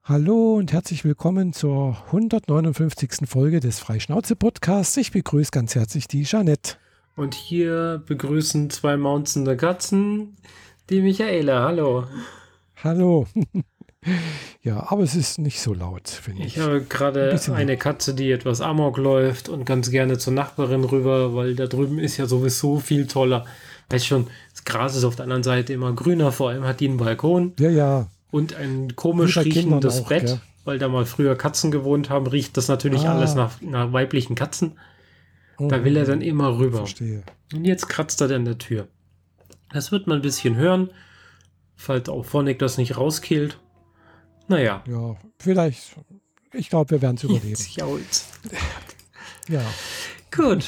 Hallo und herzlich willkommen zur 159. Folge des Freischnauze-Podcasts. Ich begrüße ganz herzlich die Jeanette. Und hier begrüßen zwei maunzende Katzen die Michaela. Hallo. Hallo. Ja, aber es ist nicht so laut, finde ich. Ich habe gerade eine Katze, die etwas Amok läuft und ganz gerne zur Nachbarin rüber, weil da drüben ist ja sowieso viel toller. Weißt schon, das Gras ist auf der anderen Seite immer grüner, vor allem hat die einen Balkon. Ja. Und ein komisch riechendes auch, Bett, gell? Weil da mal früher Katzen gewohnt haben, riecht das natürlich alles nach weiblichen Katzen. Da will er dann immer rüber. Verstehe. Und jetzt kratzt er an der Tür. Das wird man ein bisschen hören, falls auch Phonic das nicht rauskillt. Naja. Ja, vielleicht. Ich glaube, wir werden es überleben. Ja. Gut.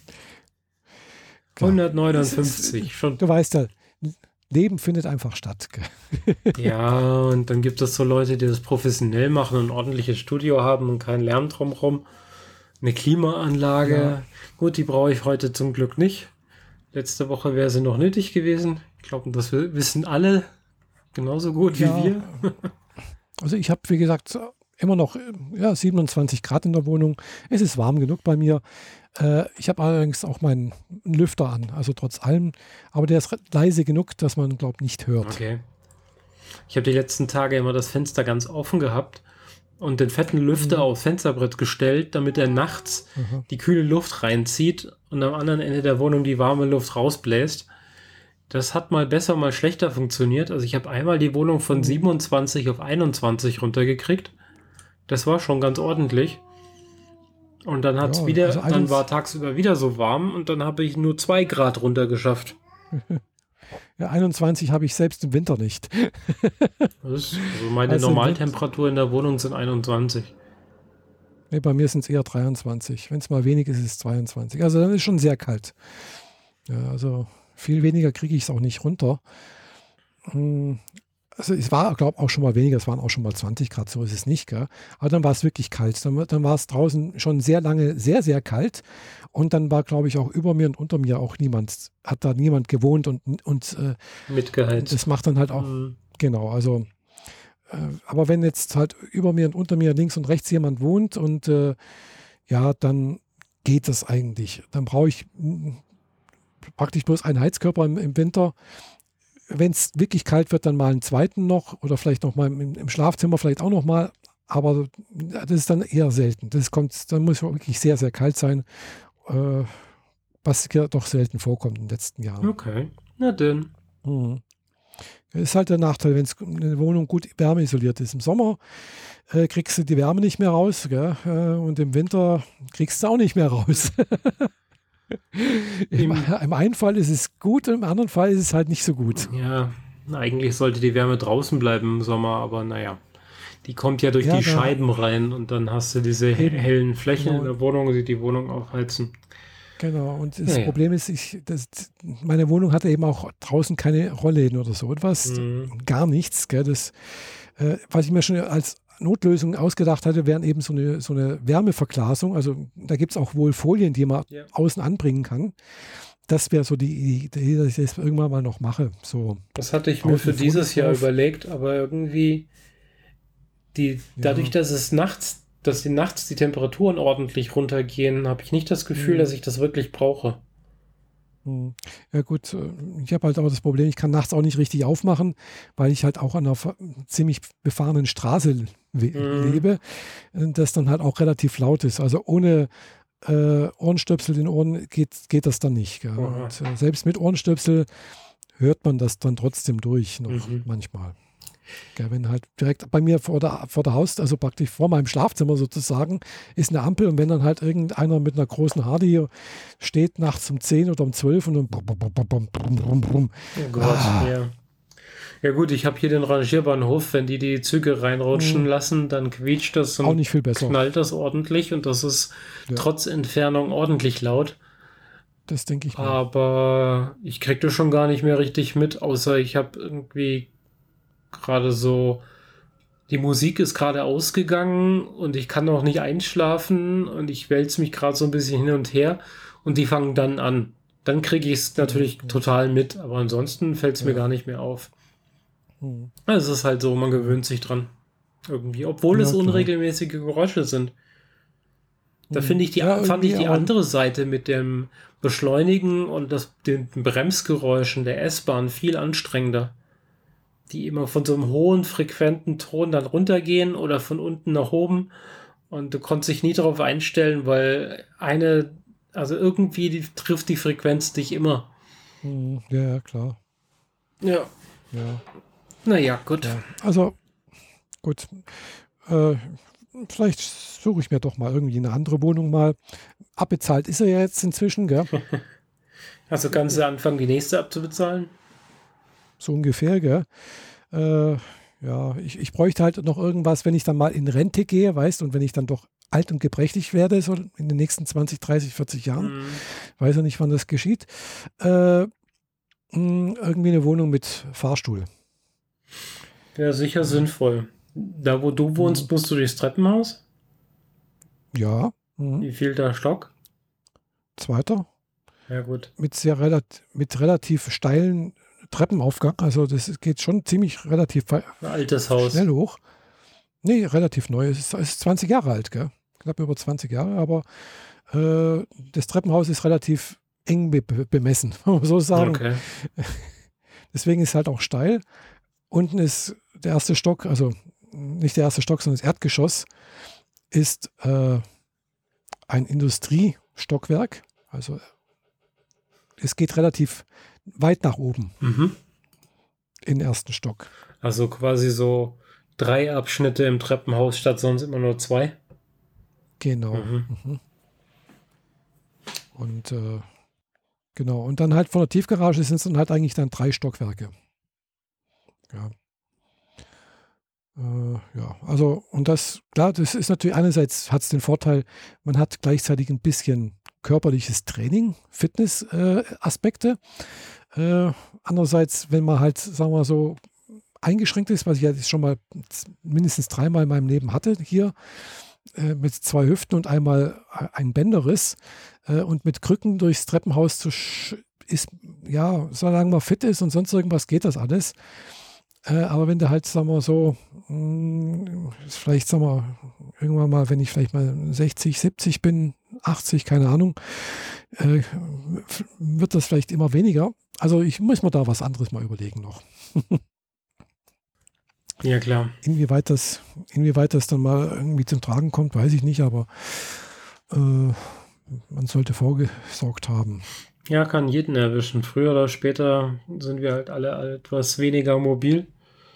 159. Schon. Du weißt ja, Leben findet einfach statt. Ja, und dann gibt es so Leute, die das professionell machen und ein ordentliches Studio haben und keinen Lärm drumherum. Eine Klimaanlage. Ja. Gut, die brauche ich heute zum Glück nicht. Letzte Woche wäre sie noch nötig gewesen. Ich glaube, das wissen alle genauso gut wie wir. Also ich habe, wie gesagt, immer noch 27 Grad in der Wohnung. Es ist warm genug bei mir. Ich habe allerdings auch meinen Lüfter an, also trotz allem. Aber der ist leise genug, dass man, glaube ich, nicht hört. Okay. Ich habe die letzten Tage immer das Fenster ganz offen gehabt und den fetten Lüfter aufs Fensterbrett gestellt, damit er nachts die kühle Luft reinzieht und am anderen Ende der Wohnung die warme Luft rausbläst. Das hat mal besser, mal schlechter funktioniert. Also ich habe einmal die Wohnung von 27 auf 21 runtergekriegt. Das war schon ganz ordentlich. Und dann hat's dann war tagsüber wieder so warm und dann habe ich nur 2 Grad runtergeschafft. Ja, 21 habe ich selbst im Winter nicht. Also meine Normaltemperatur in der Wohnung sind 21. Nee, bei mir sind es eher 23. Wenn es mal wenig ist, ist es 22. Also dann ist es schon sehr kalt. Ja, also viel weniger kriege ich es auch nicht runter. Also es war, glaube ich, auch schon mal weniger. Es waren auch schon mal 20 Grad, so ist es nicht. Gell? Aber dann war es wirklich kalt. Dann war es draußen schon sehr lange sehr, sehr kalt. Und dann war, glaube ich, auch über mir und unter mir auch hat da niemand gewohnt und mitgeheizt. Das macht dann halt auch, genau, also aber wenn jetzt halt über mir und unter mir links und rechts jemand wohnt und dann geht das eigentlich. Dann brauche ich praktisch bloß einen Heizkörper im Winter. Wenn es wirklich kalt wird, dann mal einen zweiten noch oder vielleicht noch mal im Schlafzimmer vielleicht auch noch mal, aber das ist dann eher selten. Dann muss es wirklich sehr, sehr kalt sein, was ja doch selten vorkommt in den letzten Jahren. Okay, na denn. Das ist halt der Nachteil, wenn eine Wohnung gut wärmeisoliert ist. Im Sommer kriegst du die Wärme nicht mehr raus, gell? Und im Winter kriegst du auch nicht mehr raus. Im einen Fall ist es gut, im anderen Fall ist es halt nicht so gut. Ja, eigentlich sollte die Wärme draußen bleiben im Sommer, aber naja, die kommt ja durch die Scheiben rein und dann hast du diese hellen Flächen in der Wohnung, die die Wohnung aufheizen. Genau, und das Problem ist, meine Wohnung hatte eben auch draußen keine Rollläden oder so etwas, gar nichts. Gell? Das, was ich mir schon als Notlösung ausgedacht hatte, wären eben so eine Wärmeverglasung. Also da gibt es auch wohl Folien, die man außen anbringen kann. Das wäre so die Idee, dass ich das irgendwann mal noch mache. So das hatte ich mir für dieses Jahr überlegt, aber irgendwie dadurch, dass nachts die Temperaturen ordentlich runtergehen, habe ich nicht das Gefühl, dass ich das wirklich brauche. Ja gut, ich habe halt auch das Problem, ich kann nachts auch nicht richtig aufmachen, weil ich halt auch an einer ziemlich befahrenen Straße lebe, das dann halt auch relativ laut ist. Also ohne Ohrenstöpsel in den Ohren geht das dann nicht. Gell? Und selbst mit Ohrenstöpsel hört man das dann trotzdem durch noch manchmal. Ja, wenn halt direkt bei mir vor der Haus, also praktisch vor meinem Schlafzimmer sozusagen, ist eine Ampel und wenn dann halt irgendeiner mit einer großen Hardy steht nachts um 10 oder um 12 und dann Oh Gott, ja. Ja gut, ich habe hier den Rangierbahnhof, wenn die Züge reinrutschen lassen, dann quietscht das und auch nicht viel besser. Knallt das ordentlich und das ist trotz Entfernung ordentlich laut. Das denke ich mal. Aber ich kriege das schon gar nicht mehr richtig mit, außer ich habe irgendwie gerade so, die Musik ist gerade ausgegangen und ich kann noch nicht einschlafen und ich wälze mich gerade so ein bisschen hin und her und die fangen dann an. Dann kriege ich es natürlich total mit, aber ansonsten fällt es mir gar nicht mehr auf. Also es ist halt so, man gewöhnt sich dran. Irgendwie, obwohl Ja, es klar. unregelmäßige Geräusche sind. Da Mhm. finde ich Ja, fand ich irgendwie, die aber andere Seite mit dem Beschleunigen und den Bremsgeräuschen der S-Bahn viel anstrengender. Die immer von so einem hohen, frequenten Ton dann runtergehen oder von unten nach oben. Und du konntest dich nie darauf einstellen, weil also irgendwie trifft die Frequenz dich immer. ja, ja, klar. Ja, Ja, naja, gut. ja. Also gut. Äh, Vielleicht suche ich mir doch mal irgendwie eine andere Wohnung mal. Abbezahlt ist er ja jetzt inzwischen, gell? Also kannst du anfangen, die nächste abzubezahlen? So ungefähr, gell? Äh, ja, ich bräuchte halt noch irgendwas, wenn ich dann mal in Rente gehe, weißt, und wenn ich dann doch alt und gebrechlich werde, so in den nächsten 20, 30, 40 Jahren, Hm. weiß ja nicht, wann das geschieht, äh, irgendwie eine Wohnung mit Fahrstuhl. Ja, sicher Ja, sinnvoll. Da, wo du hm, wohnst, musst du durchs Treppenhaus? ja, Wie viel da Stock? zweiter, Ja, gut. mit relativ steilen Treppenaufgang, also das geht schon ziemlich relativ Ein altes schnell Haus. hoch. Nee, relativ neu. Es ist 20 Jahre alt, gell? Knapp über 20 Jahre, aber das Treppenhaus ist relativ eng bemessen, muss man so sagen. Okay. Deswegen ist es halt auch steil. Unten ist der erste Stock, also nicht der erste Stock, sondern das Erdgeschoss, ist ein Industriestockwerk. Also es geht relativ weit nach oben Mhm. in den ersten Stock. Also quasi so 3 Abschnitte im Treppenhaus statt sonst immer nur 2. Genau. Mhm. Mhm. Und genau. Und dann halt von der Tiefgarage sind es dann halt eigentlich dann 3 Stockwerke. Ja. Ja, also und das, klar, das ist natürlich einerseits hat es den Vorteil, man hat gleichzeitig ein bisschen körperliches Training, Fitness-Aspekte. Andererseits, wenn man halt, sagen wir mal so, eingeschränkt ist, was ich ja jetzt schon mal mindestens 3-mal in meinem Leben hatte hier, mit 2 Hüften und einmal ein Bänderriss und mit Krücken durchs Treppenhaus ist, ja, solange man fit ist und sonst irgendwas, geht das alles. Aber wenn du halt, sagen wir so, vielleicht, sagen wir, irgendwann mal, wenn ich vielleicht mal 60, 70 bin, 80, keine Ahnung, wird das vielleicht immer weniger. Also ich muss mir da was anderes mal überlegen noch. Ja, klar. Inwieweit das dann mal irgendwie zum Tragen kommt, weiß ich nicht, aber man sollte vorgesorgt haben. Ja, kann jeden erwischen. Früher oder später sind wir halt alle etwas weniger mobil.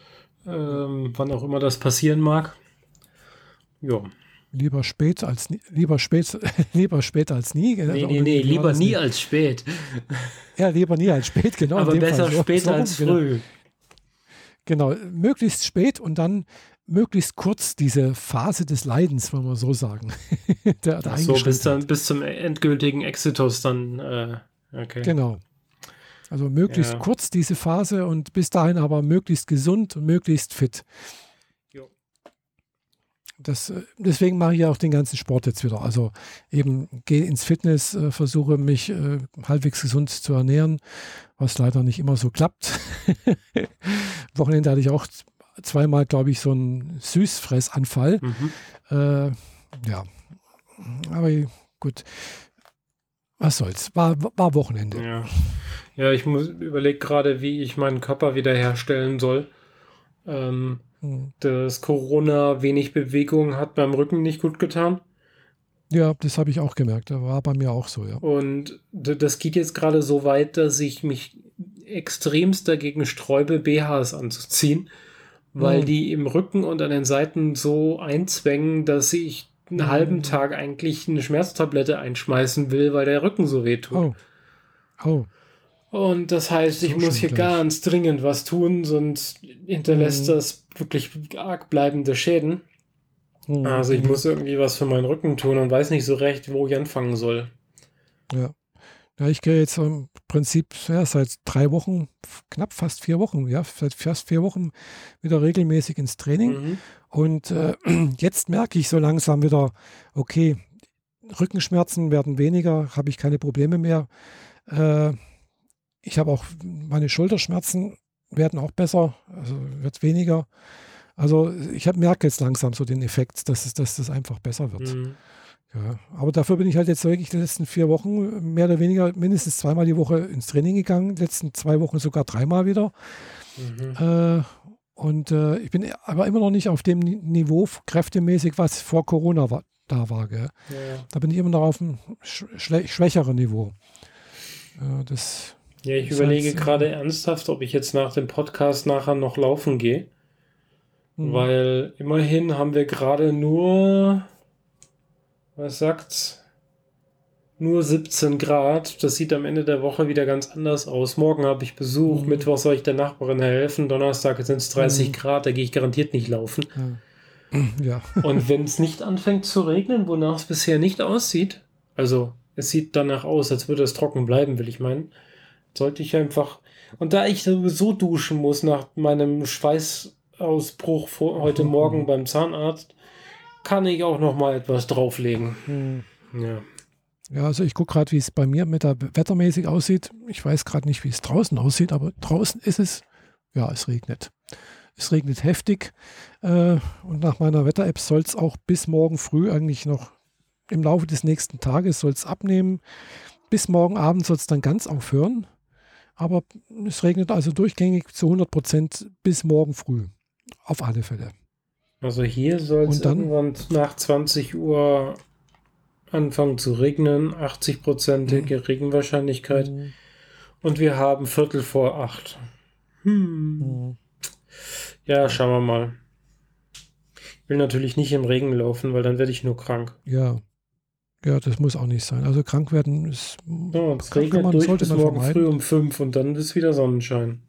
Wann auch immer das passieren mag. Ja. Lieber spät als lieber spät, lieber spät als nie. Nee, Oder nee, wie war lieber das? nie Nee. als spät. Ja, lieber nie als spät, genau. Aber In dem besser Fall so, spät so rum, als genau. früh. Genau, möglichst spät und dann möglichst kurz diese Phase des Leidens, wollen wir so sagen. der Ach so, Eingeschränktheit. bis zum endgültigen Exitus dann. Okay. Genau. Also möglichst Ja. kurz diese Phase und bis dahin aber möglichst gesund und möglichst fit. Jo. Deswegen mache ich ja auch den ganzen Sport jetzt wieder. Also eben gehe ins Fitness, versuche mich halbwegs gesund zu ernähren, was leider nicht immer so klappt. Wochenende hatte ich auch 2-mal, glaube ich, so einen Süßfressanfall. Mhm. Ja, aber gut, was soll's. War Wochenende. Ja. Ja, ich überlege gerade, wie ich meinen Körper wiederherstellen soll. Hm. Das Corona wenig Bewegung hat beim Rücken nicht gut getan. Ja, das habe ich auch gemerkt. Das war bei mir auch so, ja. Und das geht jetzt gerade so weit, dass ich mich extremst dagegen sträube, BHs anzuziehen, weil Hm. die im Rücken und an den Seiten so einzwängen, dass ich einen halben Tag eigentlich eine Schmerztablette einschmeißen will, weil der Rücken so weh tut. Oh, oh, Und das heißt, ich so muss schlimm hier gleich. ganz dringend was tun, sonst hinterlässt Hm. das wirklich arg bleibende Schäden. Hm. Also ich Mhm. muss irgendwie was für meinen Rücken tun und weiß nicht so recht, wo ich anfangen soll. Ja. Ja, ich gehe jetzt im Prinzip ja, seit 3 Wochen, knapp fast 4 Wochen, ja, seit fast 4 Wochen wieder regelmäßig ins Training. Mhm. Und jetzt merke ich so langsam wieder, okay, Rückenschmerzen werden weniger, habe ich keine Probleme mehr. Ich habe auch meine Schulterschmerzen werden auch besser, also wird weniger. Also ich merke jetzt langsam so den Effekt, dass das einfach besser wird. Ja, aber dafür bin ich halt jetzt wirklich die letzten 4 Wochen mehr oder weniger mindestens 2-mal die Woche ins Training gegangen, die letzten 2 Wochen sogar 3-mal wieder. Ich bin aber immer noch nicht auf dem Niveau kräftemäßig, was vor Corona da war. Gell? Ja. Da bin ich immer noch auf einem schwächeren Niveau. Ich überlege gerade ernsthaft, ob ich jetzt nach dem Podcast nachher noch laufen gehe. Weil immerhin haben wir gerade nur, was sagt's? Nur 17 Grad. Das sieht am Ende der Woche wieder ganz anders aus. Morgen habe ich Besuch, Mittwoch soll ich der Nachbarin helfen, Donnerstag sind es 30 Grad, da gehe ich garantiert nicht laufen. Ja. Und wenn es nicht anfängt zu regnen, wonach es bisher nicht aussieht, also es sieht danach aus, als würde es trocken bleiben, will ich meinen, sollte ich einfach, und da ich sowieso duschen muss nach meinem Schweißausbruch heute Morgen beim Zahnarzt, kann ich auch noch mal etwas drauflegen. Ja. Ja, also ich gucke gerade, wie es bei mir wettermäßig aussieht. Ich weiß gerade nicht, wie es draußen aussieht, aber draußen ist es, ja, es regnet. Es regnet heftig und nach meiner Wetter-App soll es auch bis morgen früh eigentlich noch im Laufe des nächsten Tages soll es abnehmen. Bis morgen Abend soll es dann ganz aufhören. Aber es regnet also durchgängig zu 100% bis morgen früh. Auf alle Fälle. Also hier soll es irgendwann nach 20 Uhr anfangen zu regnen, 80%ige Regenwahrscheinlichkeit. Und wir haben 7:45. Ja, schauen wir mal. Ich will natürlich nicht im Regen laufen, weil dann werde ich nur krank. Ja, das muss auch nicht sein. Also krank werden ist... Ja, es regnet bis morgen früh um 5 und dann ist wieder Sonnenschein.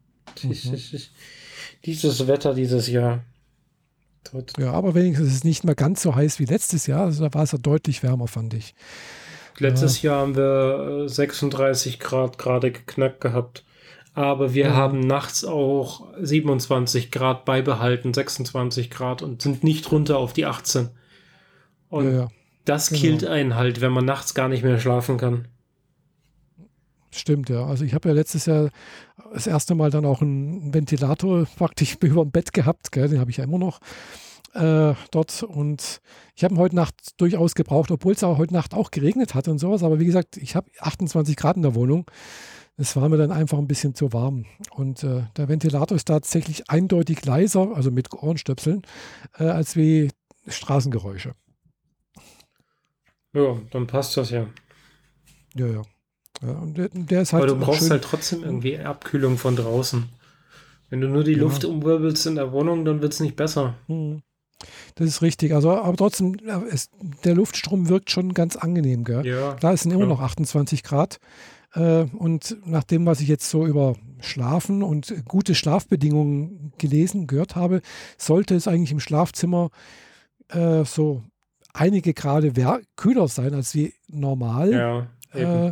Dieses Wetter dieses Jahr. Ja, aber wenigstens ist es nicht mehr ganz so heiß wie letztes Jahr. Also da war es ja deutlich wärmer, fand ich. Letztes Jahr haben wir 36 Grad gerade geknackt gehabt. Aber wir haben nachts auch 27 Grad beibehalten, 26 Grad und sind nicht runter auf die 18. Und das killt einen halt, wenn man nachts gar nicht mehr schlafen kann. Stimmt, ja. Also ich habe ja letztes Jahr das erste Mal dann auch einen Ventilator praktisch über dem Bett gehabt, gell? Den habe ich ja immer noch dort. Und ich habe ihn heute Nacht durchaus gebraucht, obwohl es auch heute Nacht auch geregnet hat und sowas. Aber wie gesagt, ich habe 28 Grad in der Wohnung. Es war mir dann einfach ein bisschen zu warm. Und der Ventilator ist tatsächlich eindeutig leiser, also mit Ohrenstöpseln, als wie Straßengeräusche. Ja, dann passt das ja. Ja. Ja, und der ist halt. Aber du brauchst halt trotzdem irgendwie Abkühlung von draußen. Wenn du nur die Luft umwirbelst in der Wohnung, dann wird es nicht besser. Das ist richtig. Also, aber trotzdem, der Luftstrom wirkt schon ganz angenehm. Gell? Ja, da sind immer noch 28 Grad. Und nach dem, was ich jetzt so über Schlafen und gute Schlafbedingungen gehört habe, sollte es eigentlich im Schlafzimmer so einige Grade kühler sein als wie normal. Ja, eben.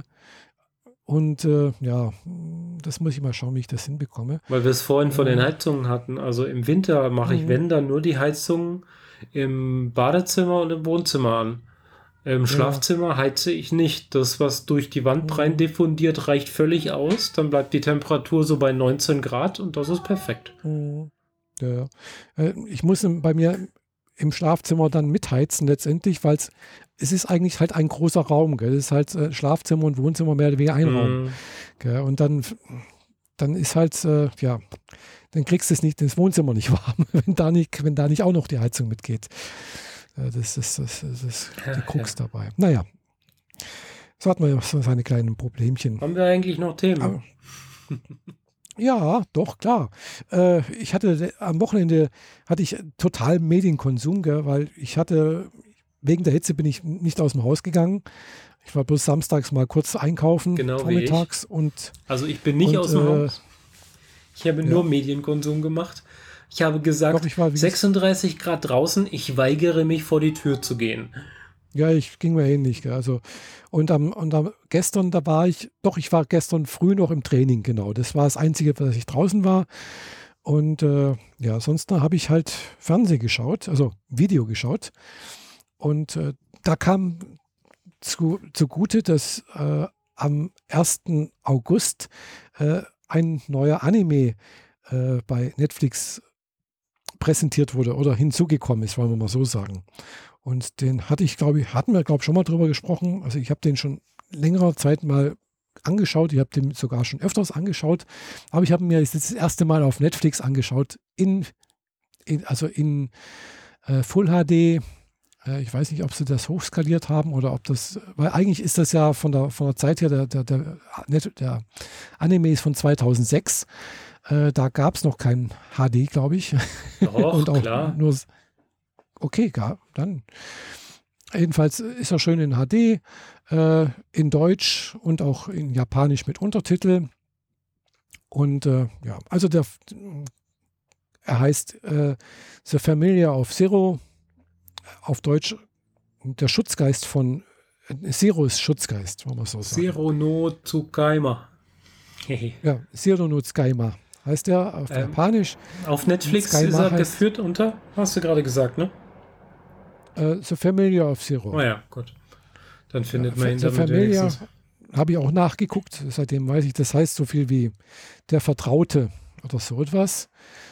Das muss ich mal schauen, wie ich das hinbekomme. Weil wir es vorhin von den Heizungen hatten. Also im Winter mache ich, wenn dann, nur die Heizungen im Badezimmer und im Wohnzimmer an. Im Schlafzimmer heize ich nicht. Das, was durch die Wand rein diffundiert, reicht völlig aus. Dann bleibt die Temperatur so bei 19 Grad und das ist perfekt. Ja. Ich muss bei mir im Schlafzimmer dann mitheizen letztendlich, weil es ist eigentlich halt ein großer Raum. Gell? Es ist halt Schlafzimmer und Wohnzimmer mehr oder weniger ein Raum. Gell? Und dann ist halt, dann kriegst du es nicht ins Wohnzimmer nicht warm, wenn da nicht auch noch die Heizung mitgeht. Das ist die Krux dabei. Naja, so hat man ja so seine kleinen Problemchen. Haben wir eigentlich noch Themen? Aber, ja, doch, klar. Ich hatte am Wochenende total Medienkonsum, gell, weil wegen der Hitze bin ich nicht aus dem Haus gegangen. Ich war bloß samstags mal kurz einkaufen, vormittags. Also ich bin nicht aus dem Haus. Ich habe nur Medienkonsum gemacht. Ich habe gesagt, 36 Grad draußen, ich weigere mich vor die Tür zu gehen. Ja, ich ging mir ähnlich. Gell. Also, gestern, ich war gestern früh noch im Training, genau. Das war das Einzige, dass ich draußen war. Und sonst habe ich halt Fernsehen geschaut, also Video geschaut. Und da kam zugute, dass am 1. August ein neuer Anime bei Netflix präsentiert wurde oder hinzugekommen ist, wollen wir mal so sagen. Und den hatten wir, glaube ich, schon mal drüber gesprochen. Also ich habe den schon längerer Zeit mal angeschaut. Ich habe den sogar schon öfters angeschaut. Aber ich habe mir jetzt das erste Mal auf Netflix angeschaut in Full HD. Ich weiß nicht, ob sie das hochskaliert haben oder ob das, weil eigentlich ist das ja von der Zeit her, der Anime ist von 2006. Da gab es noch kein HD, glaube ich. Doch, und auch klar. nur. Okay, dann. Jedenfalls ist er schön in HD, in Deutsch und auch in Japanisch mit Untertitel. Und also er heißt The Familiar of Zero, auf Deutsch der Schutzgeist von Zero ist Schutzgeist, wollen wir so sagen. Zero no Tsukaima. Ja, Zero no Tsukaima heißt er auf Japanisch. Auf Netflix ist er geführt unter, hast du gerade gesagt, ne? The Familiar of Zero. Oh ja, gut. Dann findet man ihn The damit Familiar wenigstens. Habe ich auch nachgeguckt, seitdem weiß ich, das heißt so viel wie der Vertraute oder so etwas.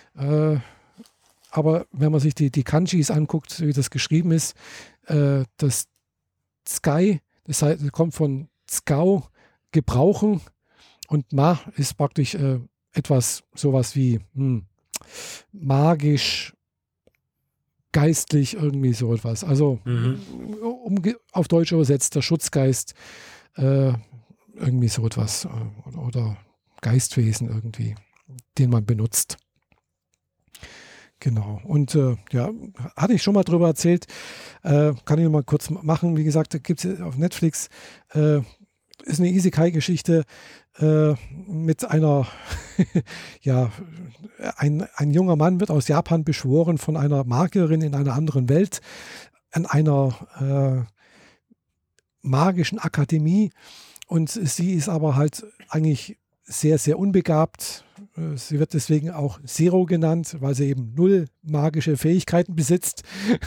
Aber wenn man sich die Kanjis anguckt, wie das geschrieben ist, das Sky, das heißt, kommt von Skau, gebrauchen, und Ma ist praktisch sowas wie magisch, geistlich, irgendwie so etwas. Also auf Deutsch übersetzt der Schutzgeist, irgendwie so etwas oder Geistwesen irgendwie, den man benutzt. Genau. Und hatte ich schon mal drüber erzählt, kann ich noch mal kurz machen. Wie gesagt, da gibt es auf Netflix, ist eine Isekai-Geschichte mit einer, ein junger Mann wird aus Japan beschworen von einer Magierin in einer anderen Welt, an einer magischen Akademie, und sie ist aber halt eigentlich sehr, sehr unbegabt. Sie wird deswegen auch Zero genannt, weil sie eben 0 magische Fähigkeiten besitzt.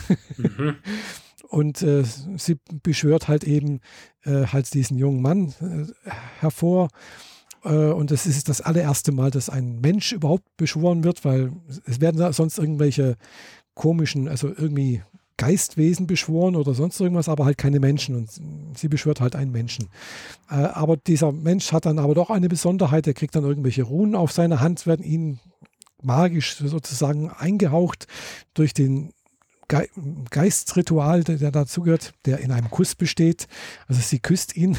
Und sie beschwört halt eben halt diesen jungen Mann hervor. Und das ist das allererste Mal, dass ein Mensch überhaupt beschworen wird, weil es werden da sonst irgendwelche komischen, also irgendwie Geistwesen beschworen oder sonst irgendwas, aber halt keine Menschen, und sie beschwört halt einen Menschen. Aber dieser Mensch hat dann aber doch eine Besonderheit, er kriegt dann irgendwelche Runen auf seine Hand, werden ihnen magisch sozusagen eingehaucht durch den Geistesritual, der dazugehört, der in einem Kuss besteht. Also sie küsst ihn.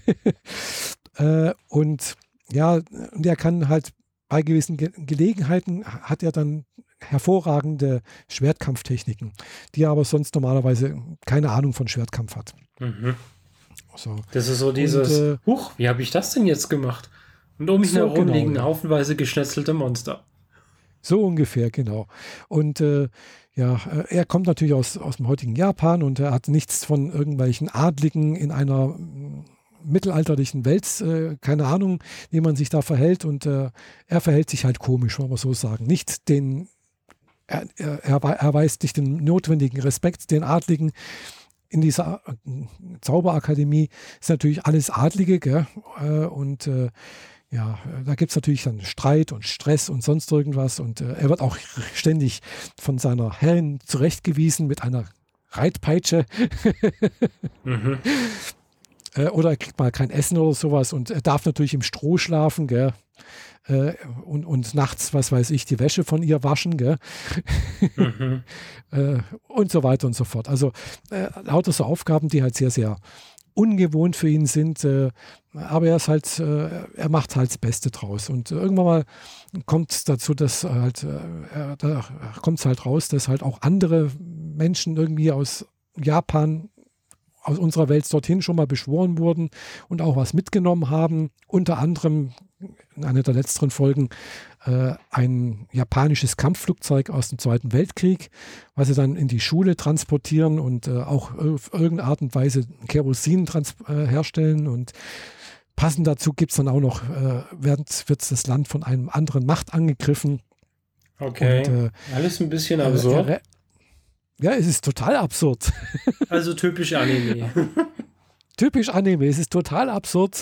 Und er kann halt bei gewissen Gelegenheiten, hat er dann hervorragende Schwertkampftechniken, die er aber sonst normalerweise keine Ahnung von Schwertkampf hat. So. Das ist so dieses, wie habe ich das denn jetzt gemacht? Und um mich herum liegen haufenweise geschnetzelte Monster. So ungefähr, genau. Und er kommt natürlich aus dem heutigen Japan, und er hat nichts von irgendwelchen Adligen in einer mittelalterlichen Welt, keine Ahnung, wie man sich da verhält, und er verhält sich halt komisch, wollen wir so sagen. Nicht den, er erweist nicht den notwendigen Respekt den Adligen. In dieser Zauberakademie ist natürlich alles Adlige, gell? Und da gibt es natürlich dann Streit und Stress und sonst irgendwas, und er wird auch ständig von seiner Herrin zurechtgewiesen mit einer Reitpeitsche. Oder er kriegt mal kein Essen oder sowas, und er darf natürlich im Stroh schlafen, gell? Und nachts, was weiß ich, die Wäsche von ihr waschen, gell? Und so weiter und so fort. Also lauter so Aufgaben, die halt sehr, sehr ungewohnt für ihn sind, aber er macht halt das Beste draus. Und irgendwann mal kommt es dazu, dass da kommt es halt raus, dass halt auch andere Menschen irgendwie aus Japan, aus unserer Welt dorthin schon mal beschworen wurden und auch was mitgenommen haben. Unter anderem in einer der letzteren Folgen ein japanisches Kampfflugzeug aus dem Zweiten Weltkrieg, was sie dann in die Schule transportieren und auch auf irgendeine Art und Weise Kerosin herstellen. Und passend dazu gibt es dann auch noch, wird das Land von einem anderen Macht angegriffen. Okay, und, alles ein bisschen absurd. Ja, es ist total absurd. Also typisch Anime. Typisch Anime, es ist total absurd,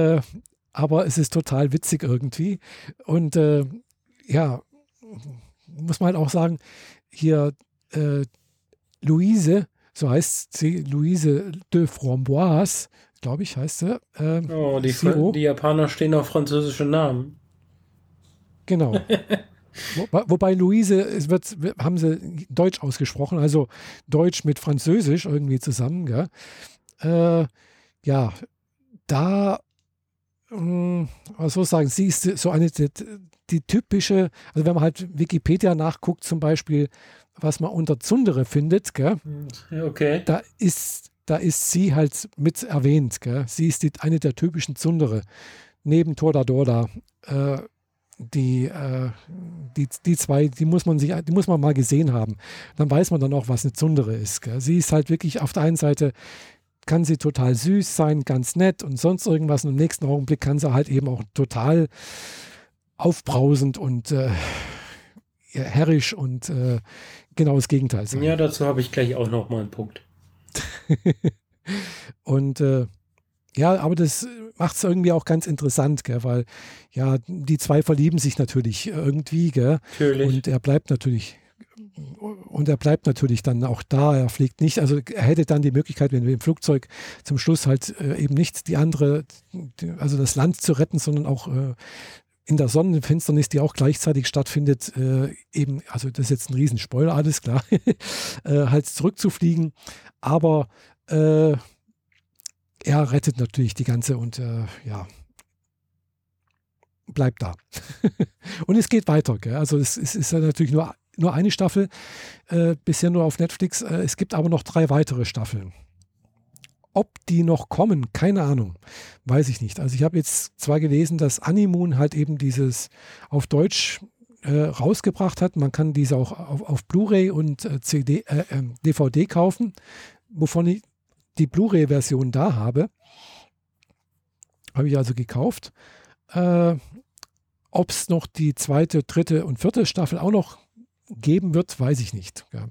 aber es ist total witzig irgendwie. Und muss man halt auch sagen, hier Louise, so heißt sie, Louise de Framboise, glaube ich, heißt sie. Die Japaner stehen auf französische Namen. Genau. Wobei Luise, haben sie Deutsch ausgesprochen, also Deutsch mit Französisch irgendwie zusammen. Gell? Ja, da, was soll ich sagen, sie ist so eine, die typische, also wenn man halt Wikipedia nachguckt, zum Beispiel, was man unter Tsundere findet, gell? Okay. Da ist sie halt mit erwähnt. Gell? Sie ist eine der typischen Tsundere. Neben Toradora. Die zwei, die muss man mal gesehen haben. Dann weiß man dann auch, was eine Tsundere ist. Gell? Sie ist halt wirklich auf der einen Seite, kann sie total süß sein, ganz nett und sonst irgendwas. Und im nächsten Augenblick kann sie halt eben auch total aufbrausend und herrisch und genau das Gegenteil sein. Ja, dazu habe ich gleich auch noch mal einen Punkt. Und ja, aber das macht es irgendwie auch ganz interessant, gell, weil ja, die zwei verlieben sich natürlich irgendwie, gell? Natürlich. Und er bleibt natürlich dann auch da, er fliegt nicht, also er hätte dann die Möglichkeit, wenn wir im Flugzeug zum Schluss halt eben nicht also das Land zu retten, sondern auch in der Sonnenfinsternis, die auch gleichzeitig stattfindet, eben, also das ist jetzt ein Riesenspoiler, alles klar, halt zurückzufliegen, aber er rettet natürlich die ganze und ja, bleibt da. Und es geht weiter. Gell? Also es ist ja natürlich nur eine Staffel, bisher nur auf Netflix. Es gibt aber noch 3 weitere Staffeln. Ob die noch kommen, keine Ahnung, weiß ich nicht. Also ich habe jetzt zwar gelesen, dass Animoon halt eben dieses auf Deutsch rausgebracht hat. Man kann diese auch auf Blu-ray und DVD kaufen, wovon ich die Blu-ray-Version da habe ich also gekauft. Ob es noch die 2., 3. und 4. Staffel auch noch geben wird, weiß ich nicht. Ja.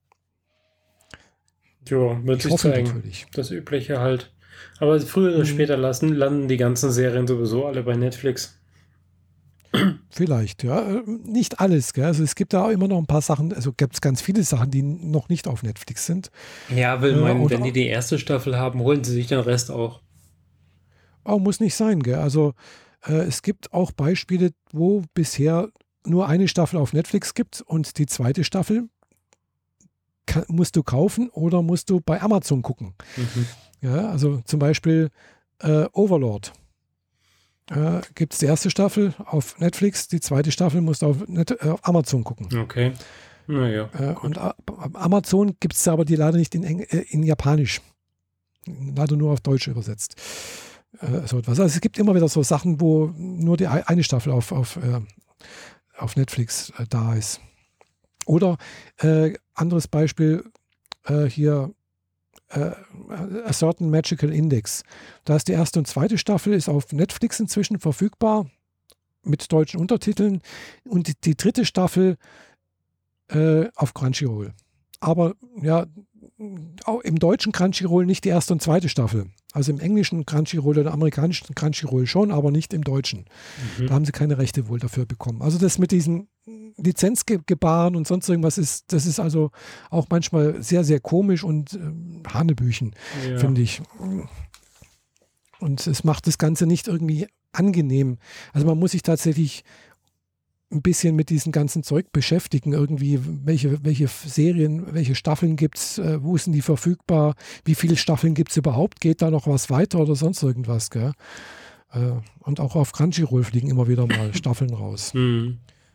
Jo, wird sich zeigen. Natürlich. Das Übliche halt. Aber früher oder später landen die ganzen Serien sowieso alle bei Netflix. Vielleicht, ja. Nicht alles, gell? Also es gibt da auch immer noch ein paar Sachen, also gibt es ganz viele Sachen, die noch nicht auf Netflix sind. Ja, wenn die erste Staffel haben, holen sie sich den Rest auch. Oh, muss nicht sein, gell? Also es gibt auch Beispiele, wo bisher nur eine Staffel auf Netflix gibt und die 2. Staffel musst du kaufen oder musst du bei Amazon gucken. Mhm. Ja, also zum Beispiel Overlord. Gibt es die erste Staffel auf Netflix, die 2. Staffel musst du auf Amazon gucken. Okay. Naja. Und Amazon gibt es aber die leider nicht in Japanisch. Leider nur auf Deutsch übersetzt. So etwas. Also es gibt immer wieder so Sachen, wo nur die eine Staffel auf Netflix da ist. Oder anderes Beispiel hier A Certain Magical Index. Da ist die 1. und 2. Staffel ist auf Netflix inzwischen verfügbar mit deutschen Untertiteln und die 3. Staffel auf Crunchyroll. Aber ja, auch im deutschen Crunchyroll nicht die 1. und 2. Staffel. Also im englischen Crunchyroll oder amerikanischen Crunchyroll schon, aber nicht im deutschen. Mhm. Da haben sie keine Rechte wohl dafür bekommen. Also das mit diesen Lizenzgebaren und sonst irgendwas das ist also auch manchmal sehr, sehr komisch und Hanebüchen, finde ich. Und es macht das Ganze nicht irgendwie angenehm. Also man muss sich tatsächlich ein bisschen mit diesem ganzen Zeug beschäftigen, irgendwie, welche Serien, welche Staffeln gibt es, wo sind die verfügbar, wie viele Staffeln gibt es überhaupt, geht da noch was weiter oder sonst irgendwas, gell? Und auch auf Crunchyroll fliegen immer wieder mal Staffeln raus. Mhm.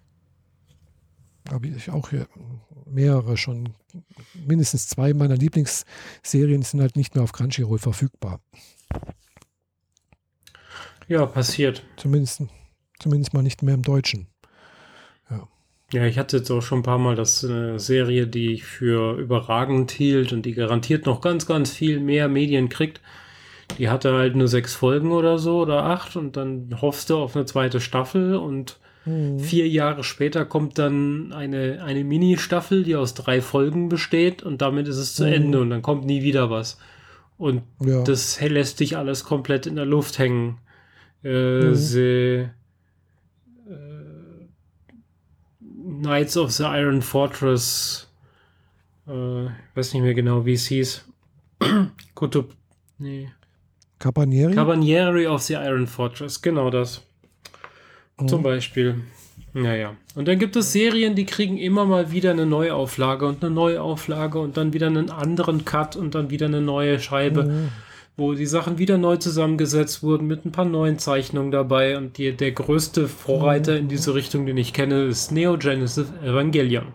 Habe ich auch hier mehrere schon, mindestens 2 meiner Lieblingsserien sind halt nicht mehr auf Crunchyroll verfügbar. Ja, passiert. Zumindest mal nicht mehr im Deutschen. Ja, ich hatte jetzt auch schon ein paar Mal eine Serie, die ich für überragend hielt und die garantiert noch ganz, ganz viel mehr Medien kriegt. Die hatte halt nur 6 Folgen oder so oder 8 und dann hoffst du auf eine 2. Staffel und 4 Jahre später kommt dann eine Mini-Staffel, die aus 3 Folgen besteht und damit ist es zu Ende und dann kommt nie wieder was. Und das lässt dich alles komplett in der Luft hängen. Knights of the Iron Fortress. Weiß nicht mehr genau, wie es hieß. Cabanieri of the Iron Fortress, genau das. Zum Beispiel. Naja. Und dann gibt es Serien, die kriegen immer mal wieder eine Neuauflage und dann wieder einen anderen Cut und dann wieder eine neue Scheibe, wo die Sachen wieder neu zusammengesetzt wurden mit ein paar neuen Zeichnungen dabei. Und der größte Vorreiter in diese Richtung, den ich kenne, ist Neo Genesis Evangelion.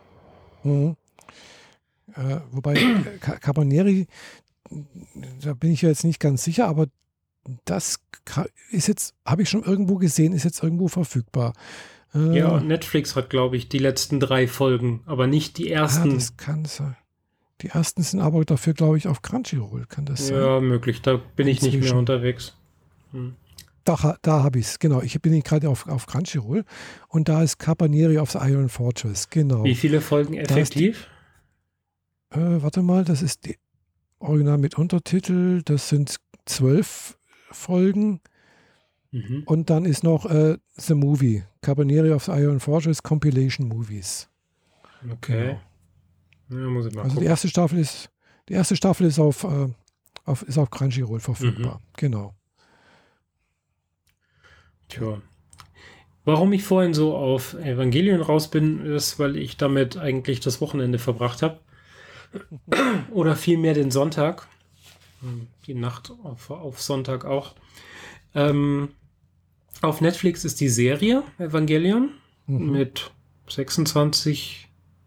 Wobei Cabanieri, da bin ich ja jetzt nicht ganz sicher, aber das ist jetzt, habe ich schon irgendwo gesehen, ist jetzt irgendwo verfügbar. Ja, Netflix hat, glaube ich, die letzten 3 Folgen, aber nicht die ersten. Ja, das kann sein. Die ersten sind aber dafür, glaube ich, auf Crunchyroll, kann das sein? Ja, möglich, da bin ich nicht mehr unterwegs. Da habe ich es, genau. Ich bin gerade auf Crunchyroll und da ist Cabanieri of the Iron Fortress, genau. Wie viele Folgen effektiv? Warte mal, das ist die Original mit Untertitel, das sind 12 Folgen. Und dann ist noch The Movie, Cabanieri of the Iron Fortress Compilation Movies. Okay. Genau. Ja, muss ich mal gucken. Die erste Staffel ist auf Crunchyroll verfügbar. Genau. Tja. Warum ich vorhin so auf Evangelion raus bin, ist, weil ich damit eigentlich das Wochenende verbracht habe. Oder vielmehr den Sonntag. Die Nacht auf Sonntag auch. Auf Netflix ist die Serie Evangelion mit 36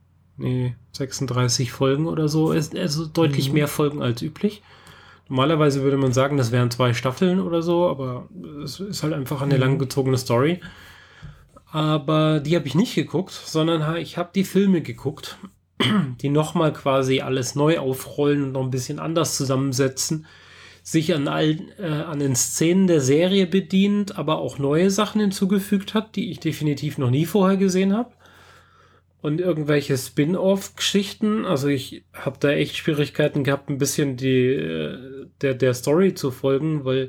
Folgen oder so. Also deutlich mehr Folgen als üblich. Normalerweise würde man sagen, das wären 2 Staffeln oder so, aber es ist halt einfach eine langgezogene Story. Aber die habe ich nicht geguckt, sondern ich habe die Filme geguckt, die nochmal quasi alles neu aufrollen und noch ein bisschen anders zusammensetzen, sich an den Szenen der Serie bedient, aber auch neue Sachen hinzugefügt hat, die ich definitiv noch nie vorher gesehen habe. Und irgendwelche Spin-off-Geschichten, also ich habe da echt Schwierigkeiten gehabt, ein bisschen der Story zu folgen, weil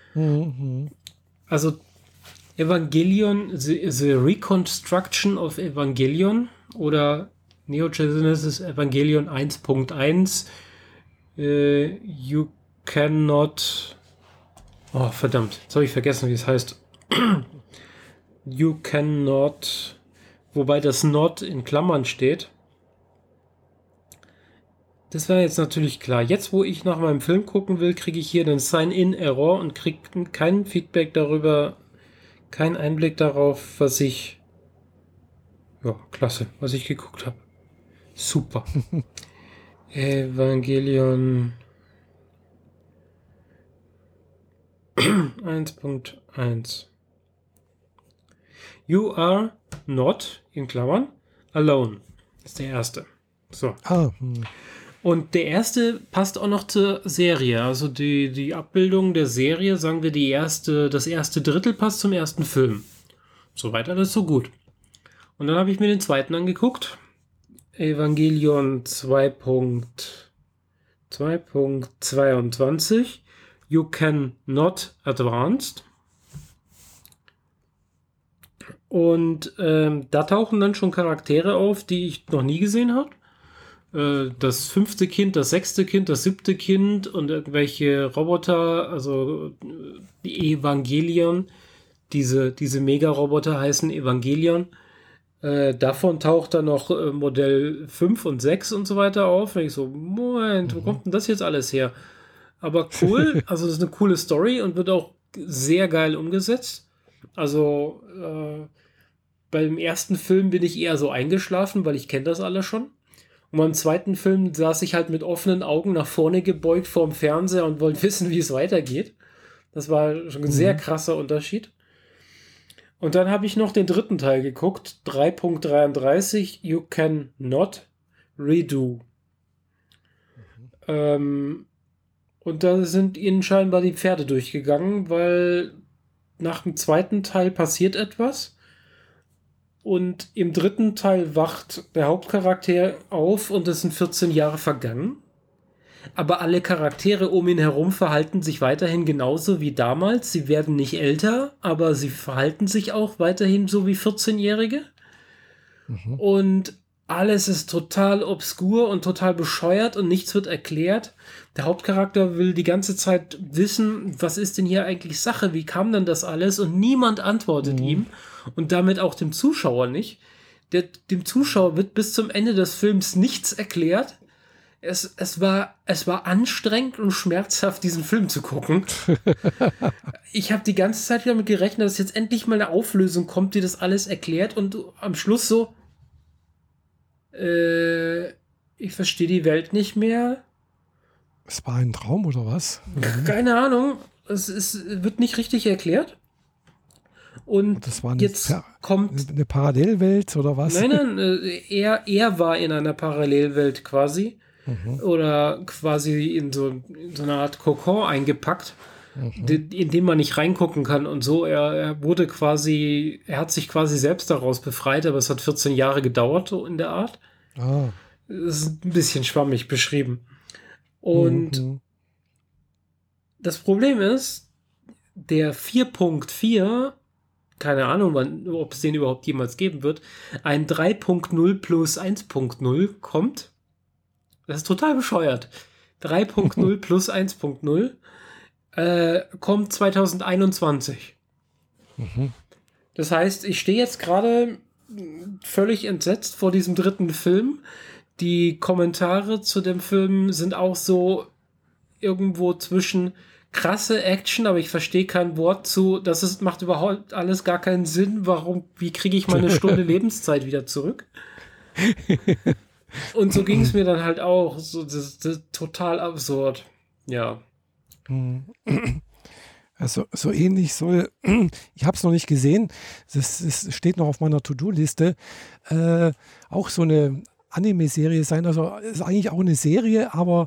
also Evangelion, the Reconstruction of Evangelion oder Neo Genesis Evangelion 1.1 You cannot verdammt, jetzt habe ich vergessen, wie es heißt. You cannot, wobei das not in Klammern steht. Das wäre jetzt natürlich klar. Jetzt, wo ich nach meinem Film gucken will, kriege ich hier den Sign-in-Error und kriege kein Feedback darüber, keinen Einblick darauf, was ich geguckt habe. Super. Evangelion 1.1 You are not, in Klammern, alone. Ist der erste. So. Und der erste passt auch noch zur Serie. Also die Abbildung der Serie, sagen wir, das erste Drittel passt zum ersten Film. Soweit alles so gut. Und dann habe ich mir den zweiten angeguckt. Evangelion 2.22 You can not advanced. Und da tauchen dann schon Charaktere auf, die ich noch nie gesehen habe. Das 5. Kind, das 6. Kind, das 7. Kind und irgendwelche Roboter, also die Evangelion, diese Mega-Roboter heißen Evangelion. Davon taucht dann noch Modell 5 und 6 und so weiter auf. Und ich so, Moment, wo kommt denn das jetzt alles her? Aber cool, also das ist eine coole Story und wird auch sehr geil umgesetzt. Also beim ersten Film bin ich eher so eingeschlafen, weil ich kenne das alle schon. Und beim zweiten Film saß ich halt mit offenen Augen nach vorne gebeugt vorm Fernseher und wollte wissen, wie es weitergeht. Das war schon ein sehr krasser Unterschied. Und dann habe ich noch den dritten Teil geguckt, 3.33 You can not redo. Und da sind ihnen scheinbar die Pferde durchgegangen, weil nach dem zweiten Teil passiert etwas und im dritten Teil wacht der Hauptcharakter auf und es sind 14 Jahre vergangen. Aber alle Charaktere um ihn herum verhalten sich weiterhin genauso wie damals. Sie werden nicht älter, aber sie verhalten sich auch weiterhin so wie 14-Jährige. Und alles ist total obskur und total bescheuert und nichts wird erklärt. Der Hauptcharakter will die ganze Zeit wissen, was ist denn hier eigentlich Sache? Wie kam denn das alles? Und niemand antwortet ihm und damit auch dem Zuschauer nicht. Dem Zuschauer wird bis zum Ende des Films nichts erklärt. Es war anstrengend und schmerzhaft, diesen Film zu gucken. Ich habe die ganze Zeit damit gerechnet, dass jetzt endlich mal eine Auflösung kommt, die das alles erklärt und am Schluss so ich verstehe die Welt nicht mehr. Es war ein Traum oder was? Keine Ahnung. Wird nicht richtig erklärt. Und das war jetzt kommt eine Parallelwelt oder was? Nein, er war in einer Parallelwelt quasi. Oder quasi in so eine Art Kokon eingepackt, in dem man nicht reingucken kann und so. Er hat sich quasi selbst daraus befreit, aber es hat 14 Jahre gedauert, so in der Art. Das ist ein bisschen schwammig beschrieben. Und das Problem ist, der 4.4, keine Ahnung, ob es den überhaupt jemals geben wird, ein 3.0 plus 1.0 kommt. Das ist total bescheuert. 3.0 plus 1.0 kommt 2021. Das heißt, ich stehe jetzt gerade völlig entsetzt vor diesem dritten Film. Die Kommentare zu dem Film sind auch so irgendwo zwischen krasse Action, aber ich verstehe kein Wort zu. Macht überhaupt alles gar keinen Sinn. Wie kriege ich meine Stunde Lebenszeit wieder zurück? Und so ging es mir dann halt auch. So, das total absurd. Ja. Also so ähnlich soll, ich habe es noch nicht gesehen, das steht noch auf meiner To-Do-Liste, auch so eine Anime-Serie sein. Also ist eigentlich auch eine Serie, aber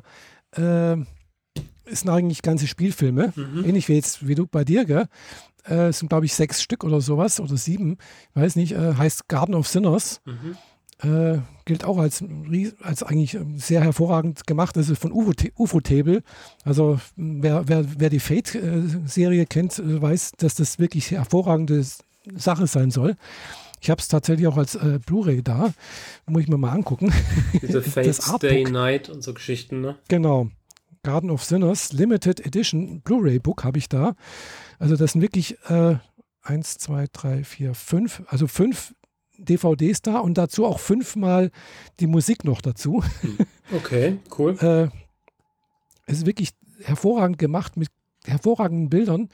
es sind eigentlich ganze Spielfilme, ähnlich wie du bei dir, gell? Es sind, glaube ich, 6 Stück oder sowas oder 7, ich weiß nicht, heißt Garden of Sinners. Gilt auch als eigentlich sehr hervorragend gemacht. Das ist von Ufotable. Also wer die Fate-Serie kennt, weiß, dass das wirklich hervorragende Sache sein soll. Ich habe es tatsächlich auch als Blu-ray da. Muss ich mir mal angucken. Diese Fate, Day, Night und so Geschichten, ne? Genau. Garden of Sinners, Limited Edition Blu-ray-Book habe ich da. Also das sind wirklich 1, 2, 3, 4, 5, also 5 DVDs da und dazu auch 5-mal die Musik noch dazu. Okay, cool. Es ist wirklich hervorragend gemacht mit hervorragenden Bildern.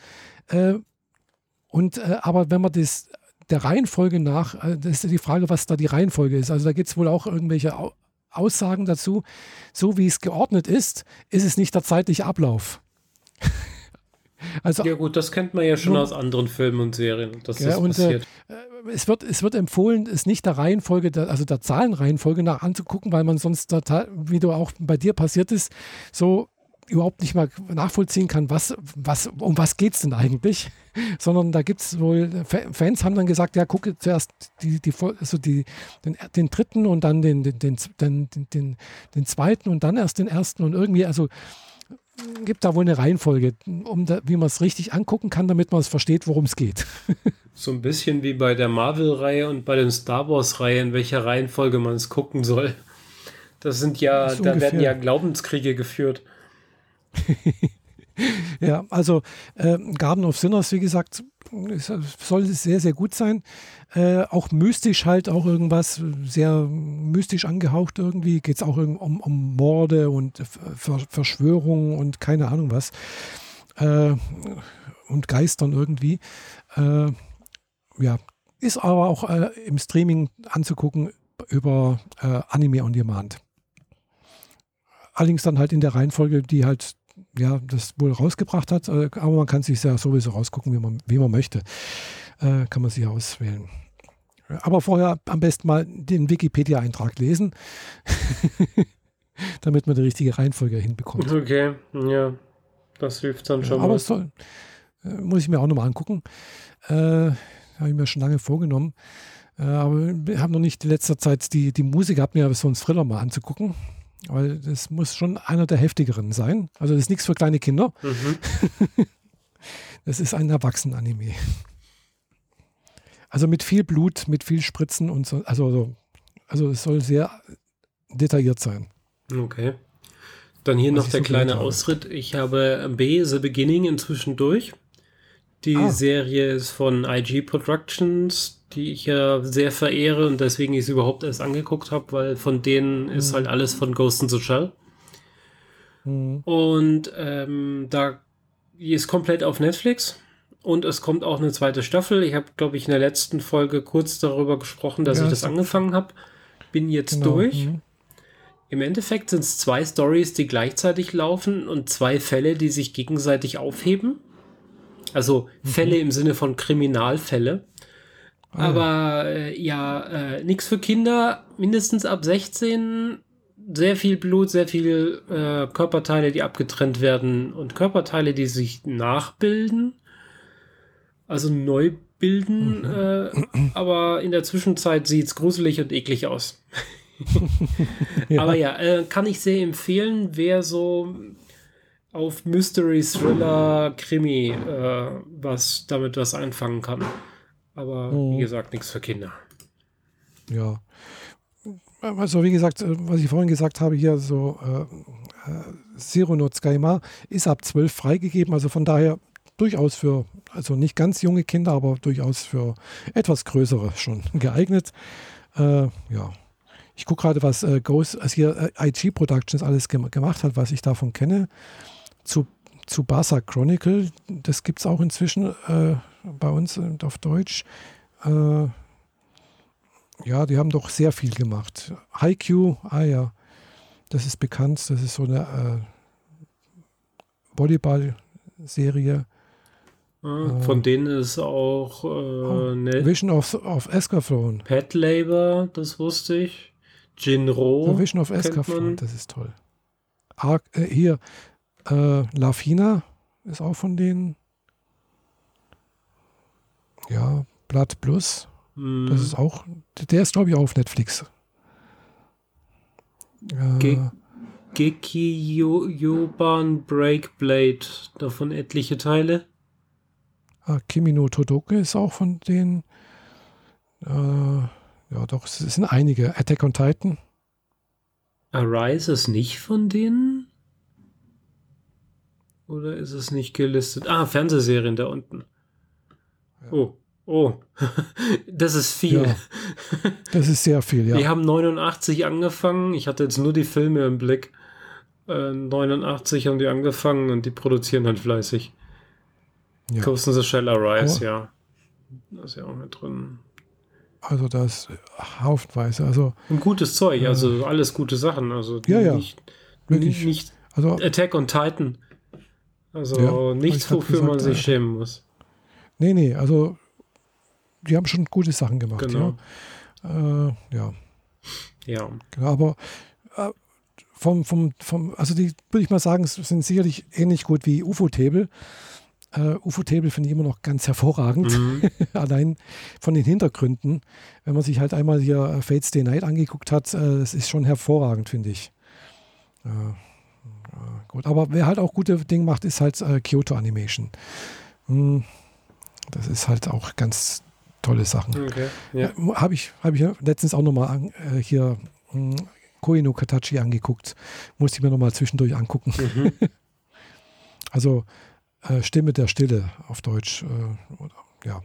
Aber wenn man der Reihenfolge nach, das ist die Frage, was da die Reihenfolge ist. Also da gibt es wohl auch irgendwelche Aussagen dazu. So wie es geordnet ist, ist es nicht der zeitliche Ablauf. Also, ja gut, das kennt man ja schon aus anderen Filmen und Serien, dass das passiert. Es wird empfohlen, es nicht der Reihenfolge, also der Zahlenreihenfolge nach anzugucken, weil man sonst, wie du auch bei dir passiert ist, so überhaupt nicht mal nachvollziehen kann, um was geht es denn eigentlich, sondern da gibt es wohl, Fans haben dann gesagt, ja, gucke zuerst den dritten und dann den zweiten und dann erst den ersten und irgendwie, also gibt da wohl eine Reihenfolge, wie man es richtig angucken kann, damit man es versteht, worum es geht. So ein bisschen wie bei der Marvel-Reihe und bei den Star Wars-Reihe, in welcher Reihenfolge man es gucken soll. Das sind ja, da werden ja Glaubenskriege geführt. Ja, also Garden of Sinners, wie gesagt, soll sehr, sehr gut sein. Auch mystisch halt, auch irgendwas sehr mystisch angehaucht irgendwie. Geht es auch um Morde und Verschwörungen und keine Ahnung was. Und Geistern irgendwie. Ja, ist aber auch im Streaming anzugucken über Anime on Demand. Allerdings dann halt in der Reihenfolge, die halt das wohl rausgebracht hat, aber man kann sich ja sowieso rausgucken, wie man möchte. Kann man sich auswählen. Aber vorher am besten mal den Wikipedia-Eintrag lesen, damit man die richtige Reihenfolge hinbekommt. Okay, ja, das hilft dann schon aber mal. Muss ich mir auch nochmal angucken. Habe ich mir schon lange vorgenommen. Aber wir haben noch nicht in letzter Zeit die Musik gehabt, mir so einen Thriller mal anzugucken. Weil das muss schon einer der heftigeren sein. Also das ist nichts für kleine Kinder. Das ist ein Erwachsenen-Anime. Also mit viel Blut, mit viel Spritzen und so. Also es soll sehr detailliert sein. Okay. Dann hier noch der kleine Ausritt. Ich habe B, The Beginning inzwischen durch. Die Serie ist von IG Productions, die ich ja sehr verehre und deswegen ich es überhaupt erst angeguckt habe, weil von denen ist halt alles von Ghost in the Shell. Und da die ist komplett auf Netflix und es kommt auch eine zweite Staffel. Ich habe, glaube ich, in der letzten Folge kurz darüber gesprochen, dass ich das angefangen habe. Bin jetzt durch. Im Endeffekt sind es 2 Storys, die gleichzeitig laufen und 2 Fälle, die sich gegenseitig aufheben. Also Fälle im Sinne von Kriminalfälle. Aber nichts für Kinder, mindestens ab 16, sehr viel Blut, sehr viel Körperteile, die abgetrennt werden und Körperteile, die sich nachbilden, also neu bilden, aber in der Zwischenzeit sieht es gruselig und eklig aus. Aber kann ich sehr empfehlen, wer so auf Mystery, Thriller, Krimi was einfangen kann. Aber wie gesagt, nichts für Kinder. Ja. Also wie gesagt, was ich vorhin gesagt habe, hier so Zero no Tsukaima ist ab 12 freigegeben, also von daher durchaus für, also nicht ganz junge Kinder, aber durchaus für etwas größere schon geeignet. Ich gucke gerade, was hier IG Productions alles gemacht hat, was ich davon kenne. Zu Tsubasa Chronicle, das gibt es auch inzwischen bei uns auf Deutsch. Die haben doch sehr viel gemacht. Haikyuu, das ist bekannt, das ist so eine Volleyball-Serie. Von denen ist auch Vision of Escaflowne. Pet Labor, das wusste ich. Jinro. Vision of Escaflowne, das ist toll. La Fina ist auch von denen. Ja, Blood Plus. Das ist auch, der ist glaube ich auch auf Netflix. Geki Yoban Breakblade, davon etliche Teile. Kimi no Todoke ist auch von denen. Doch, es sind einige. Attack on Titan. Arise ist nicht von denen? Oder ist es nicht gelistet? Fernsehserien da unten. Ja. Oh. Das ist viel. Ja, das ist sehr viel, ja. Die haben 89 angefangen. Ich hatte jetzt nur die Filme im Blick. 89 haben die angefangen und die produzieren halt fleißig. Ja. Ghost in the Shell Arise, ja. Da ist ja auch mit drin. Also das haufenweise. Also, ein gutes Zeug, also alles gute Sachen. Also nicht also, Attack on Titan. Also nichts, wofür man sich schämen muss. Nee, also die haben schon gute Sachen gemacht. Genau. Ja. Genau, aber also die, würde ich mal sagen, sind sicherlich ähnlich gut wie UFO-Table. UFO-Table finde ich immer noch ganz hervorragend. Allein von den Hintergründen. Wenn man sich halt einmal hier Fate Stay Night angeguckt hat, das ist schon hervorragend, finde ich. Gut, aber wer halt auch gute Dinge macht, ist halt Kyoto Animation. Das ist halt auch ganz tolle Sachen. Okay, ja. Habe ich letztens auch nochmal hier Koi no Katachi angeguckt. Musste ich mir nochmal zwischendurch angucken. Also Stimme der Stille auf Deutsch. Okay.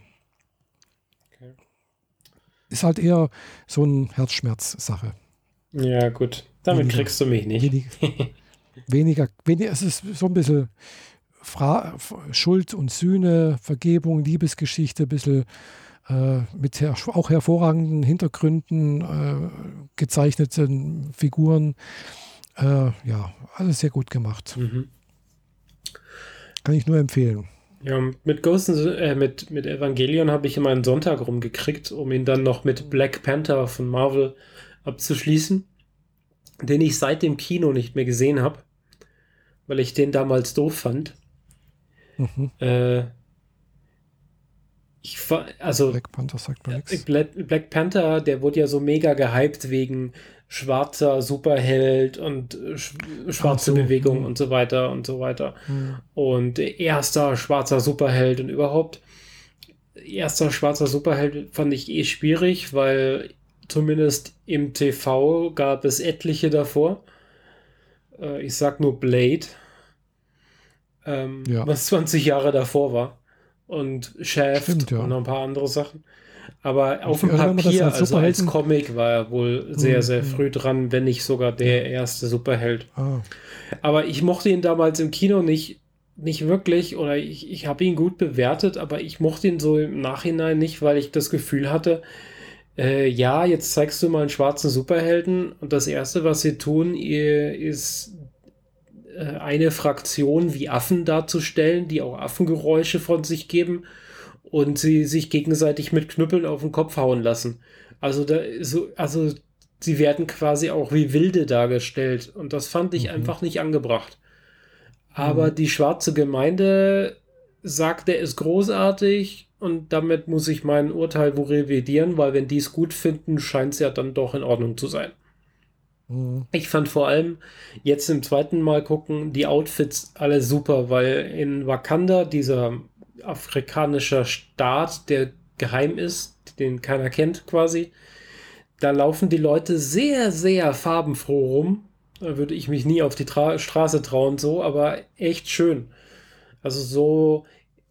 Ist halt eher so eine Herzschmerz-Sache. Ja, gut. Damit kriegst du mich nicht. Weniger, es ist so ein bisschen Schuld und Sühne, Vergebung, Liebesgeschichte, ein bisschen mit auch hervorragenden Hintergründen, gezeichneten Figuren. Alles sehr gut gemacht. Kann ich nur empfehlen. Ja, mit mit Evangelion habe ich immer einen Sonntag rumgekriegt, um ihn dann noch mit Black Panther von Marvel abzuschließen, den ich seit dem Kino nicht mehr gesehen habe, weil ich den damals doof fand. Black Panther sagt mir nichts. Black Panther, der wurde ja so mega gehypt wegen schwarzer Superheld und schwarze Bewegung und so weiter und so weiter. Und erster schwarzer Superheld und überhaupt. erster schwarzer Superheld fand ich eh schwierig, weil zumindest im TV gab es etliche davor. Ich sag nur Blade, was 20 Jahre davor war. Und Shaft Stimmt, ja. und noch ein paar andere Sachen. Aber auf Wie dem erinnert man das Papier, als also als Superhelden? Comic, war er wohl sehr, sehr früh dran, wenn nicht sogar der erste Superheld. Ah, Aber ich mochte ihn damals im Kino nicht wirklich, oder ich habe ihn gut bewertet, aber ich mochte ihn so im Nachhinein nicht, weil ich das Gefühl hatte, ja, jetzt zeigst du mal einen schwarzen Superhelden und das Erste, was sie tun, ist eine Fraktion wie Affen darzustellen, die auch Affengeräusche von sich geben und sie sich gegenseitig mit Knüppeln auf den Kopf hauen lassen. Also sie werden quasi auch wie Wilde dargestellt und das fand ich einfach nicht angebracht. Aber die schwarze Gemeinde sagt, der ist großartig und damit muss ich mein Urteil wohl revidieren, weil wenn die es gut finden, scheint es ja dann doch in Ordnung zu sein. Ich fand vor allem jetzt im zweiten Mal gucken, die Outfits alle super, weil in Wakanda, dieser afrikanische Staat, der geheim ist, den keiner kennt quasi, da laufen die Leute sehr, sehr farbenfroh rum. Da würde ich mich nie auf die Straße trauen, so, aber echt schön. Also so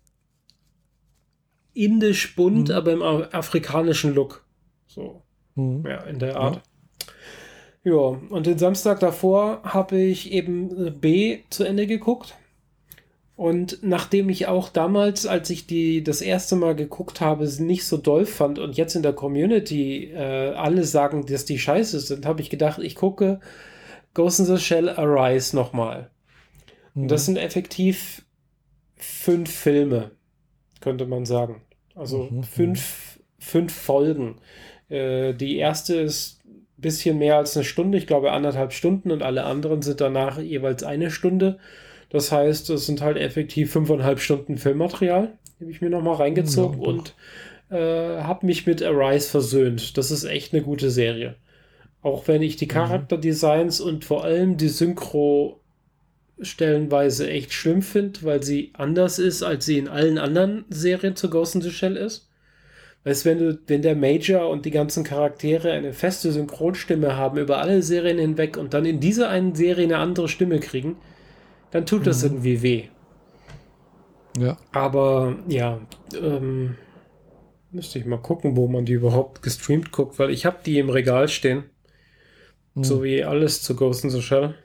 indisch bunt, aber im afrikanischen Look. So, ja, in der Art. Ja, und den Samstag davor habe ich eben B zu Ende geguckt. Und nachdem ich auch damals, als ich das erste Mal geguckt habe, nicht so doll fand und jetzt in der Community alle sagen, dass die scheiße sind, habe ich gedacht, ich gucke Ghost in the Shell Arise nochmal. Und das sind effektiv 5 Filme, könnte man sagen. Also 5 Folgen. Die erste ist ein bisschen mehr als eine Stunde, ich glaube 1,5 Stunden und alle anderen sind danach jeweils 1 Stunde. Das heißt, es sind halt effektiv 5,5 Stunden Filmmaterial, habe ich mir nochmal reingezogen und habe mich mit Arise versöhnt. Das ist echt eine gute Serie. Auch wenn ich die Charakterdesigns und vor allem die Synchro stellenweise echt schlimm finde, weil sie anders ist, als sie in allen anderen Serien zu Ghost in the Shell ist. Weißt du, wenn der Major und die ganzen Charaktere eine feste Synchronstimme haben über alle Serien hinweg und dann in dieser einen Serie eine andere Stimme kriegen, dann tut das irgendwie weh. Ja. Aber ja, müsste ich mal gucken, wo man die überhaupt gestreamt guckt, weil ich habe die im Regal stehen. So wie alles zu Ghost in the Shell.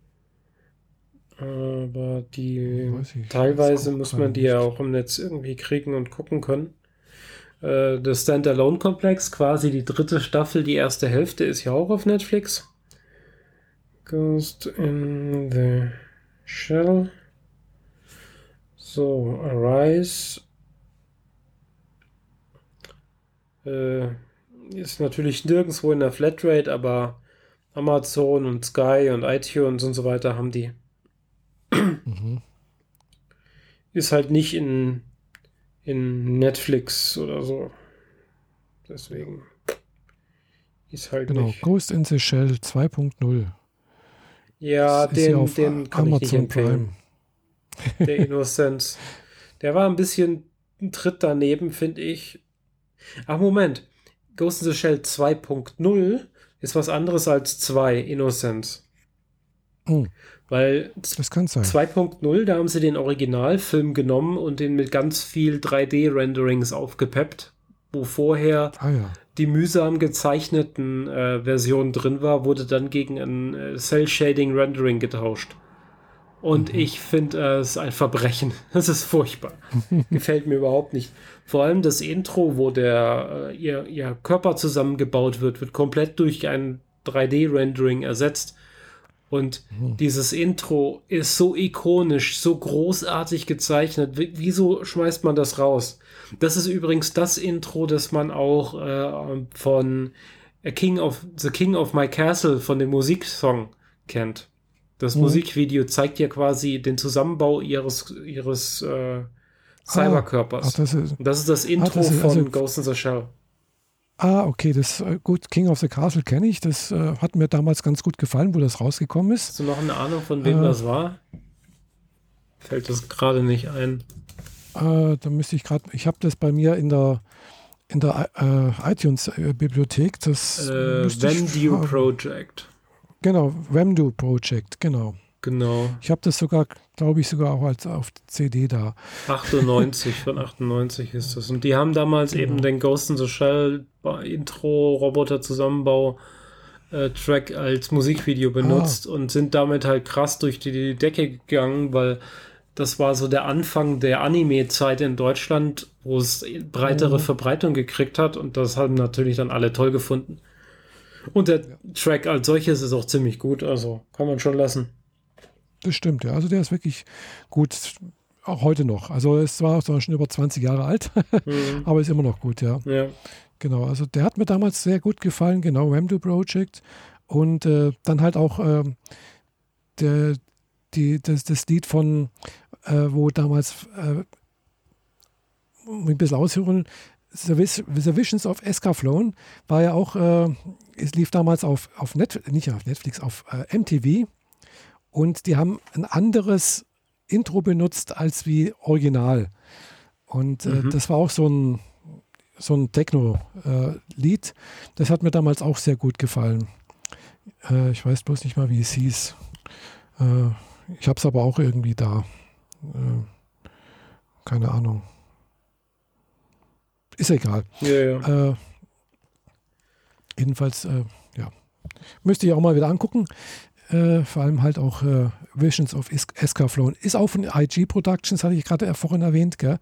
Aber die teilweise muss man die ja auch im Netz irgendwie kriegen und gucken können. Das Standalone-Komplex, quasi die 3. Staffel, die erste Hälfte ist ja auch auf Netflix. Ghost in the Shell. So, Arise. Ist natürlich nirgendwo in der Flatrate, aber Amazon und Sky und iTunes und so weiter haben die. Ist halt nicht in Netflix oder so. Deswegen ist halt nicht. Ghost in the Shell 2.0. Ja, den kann ich nicht empfehlen. Prime. Der Innocence. Der war ein bisschen ein Tritt daneben, finde ich. Ach, Moment. Ghost in the Shell 2.0 ist was anderes als 2 Innocence. Weil das kann sein. 2.0, da haben sie den Originalfilm genommen und den mit ganz viel 3D-Renderings aufgepeppt, wo vorher die mühsam gezeichneten Versionen drin war, wurde dann gegen ein Cell-Shading-Rendering getauscht. Und ich finde es ein Verbrechen. Das ist furchtbar. Gefällt mir überhaupt nicht. Vor allem das Intro, wo ihr Körper zusammengebaut wird komplett durch ein 3D-Rendering ersetzt. Und dieses Intro ist so ikonisch, so großartig gezeichnet. Wieso schmeißt man das raus? Das ist übrigens das Intro, das man auch von The King of My Castle, von dem Musiksong kennt. Das Musikvideo zeigt ja quasi den Zusammenbau ihres Cyberkörpers. Das ist das Intro von Ghost in the Shell. Okay, gut, King of the Castle kenne ich. Das hat mir damals ganz gut gefallen, wo das rausgekommen ist. Hast du noch eine Ahnung, von wem das war? Fällt das gerade nicht ein. Da müsste ich gerade, ich habe das bei mir in der iTunes-Bibliothek, das Vendu Project. Genau, Vendu Project, genau. Genau. Ich habe das sogar, glaube ich, sogar auch als auf CD da. 98, von 98 ist das. Und die haben damals eben den Ghost in the Shell Intro-Roboter-Zusammenbau-Track als Musikvideo benutzt und sind damit halt krass durch die Decke gegangen, weil das war so der Anfang der Anime-Zeit in Deutschland, wo es breitere Verbreitung gekriegt hat und das haben natürlich dann alle toll gefunden. Und der Track als solches ist auch ziemlich gut, also kann man schon lassen. Das stimmt, ja. Also der ist wirklich gut, auch heute noch. Also es war schon über 20 Jahre alt, aber ist immer noch gut, ja. Genau, also der hat mir damals sehr gut gefallen, genau, Vendu Project. Und dann halt auch das Lied von, wo damals, ein bisschen ausholen, The Visions of Escaflowne war ja auch, es lief damals auf nicht auf Netflix, auf MTV. Und die haben ein anderes Intro benutzt als wie Original. Und das war auch so ein Techno-Lied. Das hat mir damals auch sehr gut gefallen. Ich weiß bloß nicht mal, wie es hieß. Ich habe es aber auch irgendwie da. Keine Ahnung. Ist egal. Jedenfalls, ja. Müsste ich auch mal wieder angucken. Vor allem halt auch Visions of Escaflowne. Ist auch von IG Productions, hatte ich gerade vorhin erwähnt, gell?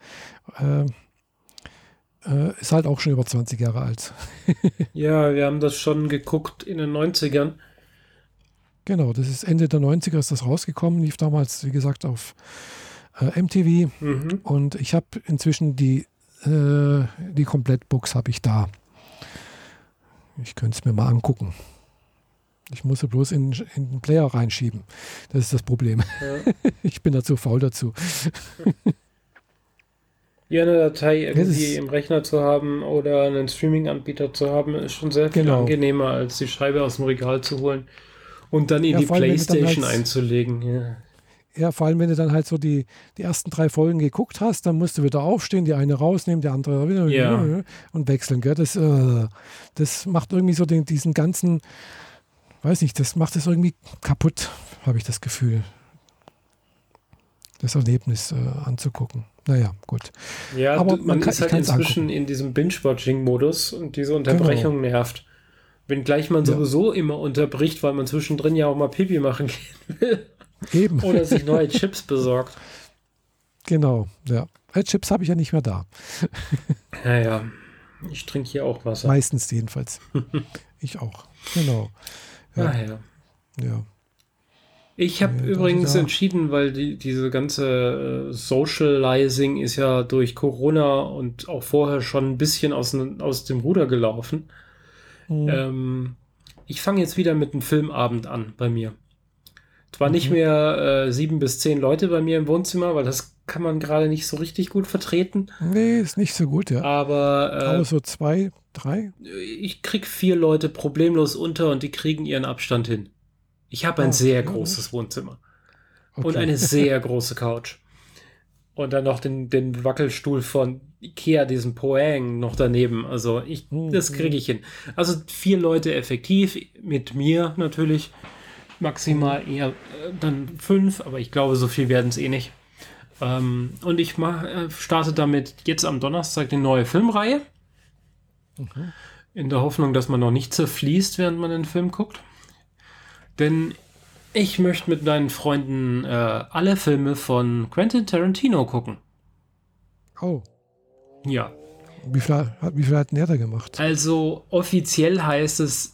Ist halt auch schon über 20 Jahre alt. Ja, wir haben das schon geguckt in den 90ern. Genau, das ist Ende der 90er ist das rausgekommen, lief damals, wie gesagt, auf MTV. Und ich habe inzwischen die Komplettbox habe ich da. Ich könnte es mir mal angucken. Ich muss sie bloß in den Player reinschieben. Das ist das Problem. Ja. Ich bin da zu faul dazu. Ja, eine Datei irgendwie im Rechner zu haben oder einen Streaming-Anbieter zu haben, ist schon sehr viel angenehmer, als die Scheibe aus dem Regal zu holen und dann in die Playstation einzulegen. Ja, vor allem, wenn du dann halt so die ersten 3 Folgen geguckt hast, dann musst du wieder aufstehen, die eine rausnehmen, die andere wieder und wechseln. Gell? Das macht irgendwie so diesen ganzen, weiß nicht, das macht es irgendwie kaputt, habe ich das Gefühl. Das Erlebnis anzugucken. Naja, gut. Ja, aber man ist halt inzwischen in diesem Binge-Watching-Modus und diese Unterbrechung nervt. Wenngleich man sowieso immer unterbricht, weil man zwischendrin ja auch mal Pipi machen gehen will. Eben. Oder sich neue Chips besorgt. Genau, ja. Chips habe ich ja nicht mehr da. Ja. Ich trinke hier auch Wasser. Meistens jedenfalls. Ich auch. Genau. Ja. Ich habe übrigens entschieden, weil diese ganze Socializing ist ja durch Corona und auch vorher schon ein bisschen aus dem Ruder gelaufen. Ich fange jetzt wieder mit einem Filmabend an bei mir. Zwar nicht mehr 7 bis 10 Leute bei mir im Wohnzimmer, weil das kann man gerade nicht so richtig gut vertreten. Nee, ist nicht so gut, ja. Aber so 2, 3? Ich krieg 4 Leute problemlos unter und die kriegen ihren Abstand hin. Ich habe ein sehr großes Wohnzimmer. Okay. Und eine sehr große Couch. Und dann noch den Wackelstuhl von Ikea, diesen Poang noch daneben. Also das kriege ich hin. Also 4 Leute effektiv, mit mir natürlich. Maximal eher dann 5, aber ich glaube, so viel werden es eh nicht. Und ich starte damit jetzt am Donnerstag die neue Filmreihe. In der Hoffnung, dass man noch nicht zerfließt, während man den Film guckt. Denn ich möchte mit meinen Freunden alle Filme von Quentin Tarantino gucken. Oh. Ja. Wie viel hat denn er da gemacht? Also offiziell heißt es,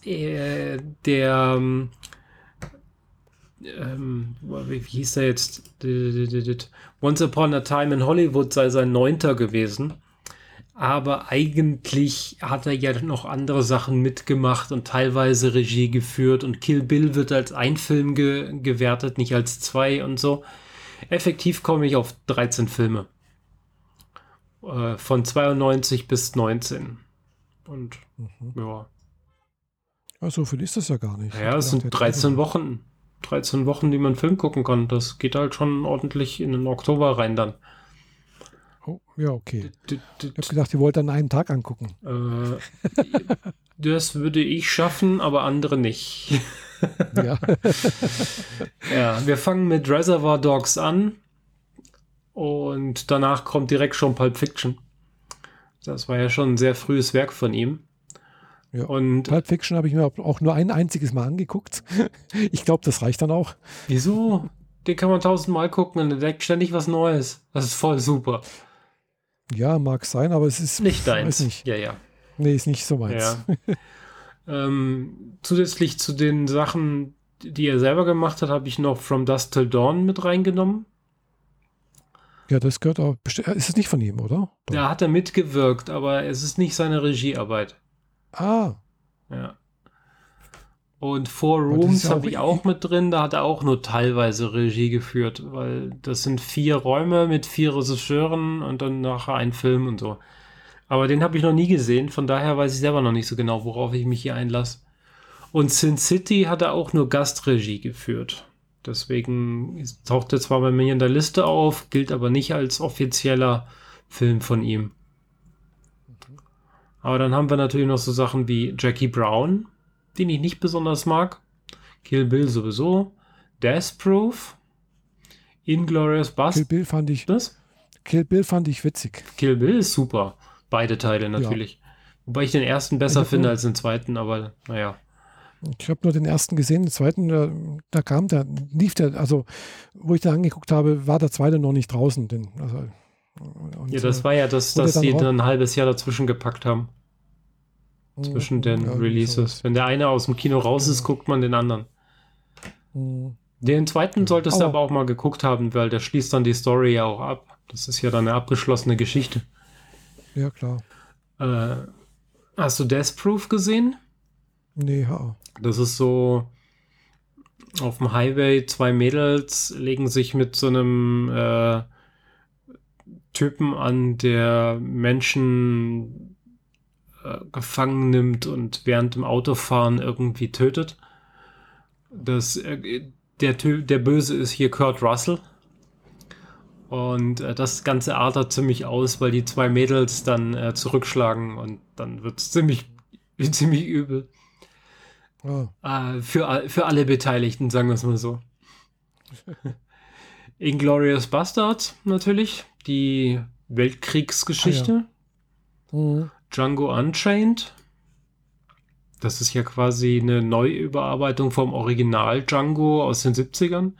wie hieß der jetzt? Once Upon a Time in Hollywood sei sein 9. gewesen. Aber eigentlich hat er ja noch andere Sachen mitgemacht und teilweise Regie geführt und Kill Bill wird als ein Film gewertet, nicht als 2 und so. Effektiv komme ich auf 13 Filme. Von 92 bis 19. Und ja. Ja, so viel ist das ja gar nicht. Ja, es sind 13 Wochen. 13 Wochen, die man Film gucken kann. Das geht halt schon ordentlich in den Oktober rein dann. Oh, ja, okay. Ich habe gedacht, ihr wollt an einem Tag angucken. Das würde ich schaffen, aber andere nicht. Ja. Ja, wir fangen mit Reservoir Dogs an und danach kommt direkt schon Pulp Fiction. Das war ja schon ein sehr frühes Werk von ihm. Ja. Und Pulp Fiction habe ich mir auch nur ein einziges Mal angeguckt. Ich glaube, das reicht dann auch. Wieso? Den kann man 1000-mal gucken und entdeckt ständig was Neues. Das ist voll super. Ja, mag sein, aber es ist Nicht deins. Nicht. Ja. Nee, ist nicht so meins. Ja. Zusätzlich zu den Sachen, die er selber gemacht hat, habe ich noch From Dusk Till Dawn mit reingenommen. Ja, das gehört auch. Ist es nicht von ihm, oder? Doch. Da hat er mitgewirkt, aber es ist nicht seine Regiearbeit. Ah. Ja. Und Four Rooms habe ich auch mit drin, da hat er auch nur teilweise Regie geführt, weil das sind 4 Räume mit 4 Regisseuren und dann nachher ein Film und so. Aber den habe ich noch nie gesehen, von daher weiß ich selber noch nicht so genau, worauf ich mich hier einlasse. Und Sin City hat er auch nur Gastregie geführt. Deswegen taucht er zwar bei mir in der Liste auf, gilt aber nicht als offizieller Film von ihm. Aber dann haben wir natürlich noch so Sachen wie Jackie Brown, den ich nicht besonders mag. Kill Bill sowieso. Death Proof. Inglourious Basterds. Kill Bill fand ich. Das? Kill Bill fand ich witzig. Kill Bill ist super. Beide Teile natürlich. Ja. Wobei ich den ersten besser finde als den zweiten, aber naja. Ich habe nur den ersten gesehen, den zweiten, lief der, also wo ich da angeguckt habe, war der zweite noch nicht draußen. Ja, das war ja das, dass die dann ein halbes Jahr dazwischen gepackt haben. Zwischen den Releases. Wenn der eine aus dem Kino raus ist, guckt man den anderen. Den zweiten solltest du aber auch mal geguckt haben, weil der schließt dann die Story ja auch ab. Das ist ja dann eine abgeschlossene Geschichte. Ja, klar. Hast du Death Proof gesehen? Nee, ja. Das ist so auf dem Highway, 2 Mädels legen sich mit so einem Typen an, der Menschen gefangen nimmt und während dem Autofahren irgendwie tötet. Der Böse ist hier Kurt Russell. Und das Ganze artet ziemlich aus, weil die 2 Mädels dann zurückschlagen und dann wird es ziemlich übel. Oh. Für alle Beteiligten, sagen wir es mal so. Inglourious Basterds natürlich, die Weltkriegsgeschichte. Ah, ja. Django Unchained. Das ist ja quasi eine Neuüberarbeitung vom Original Django aus den 70ern.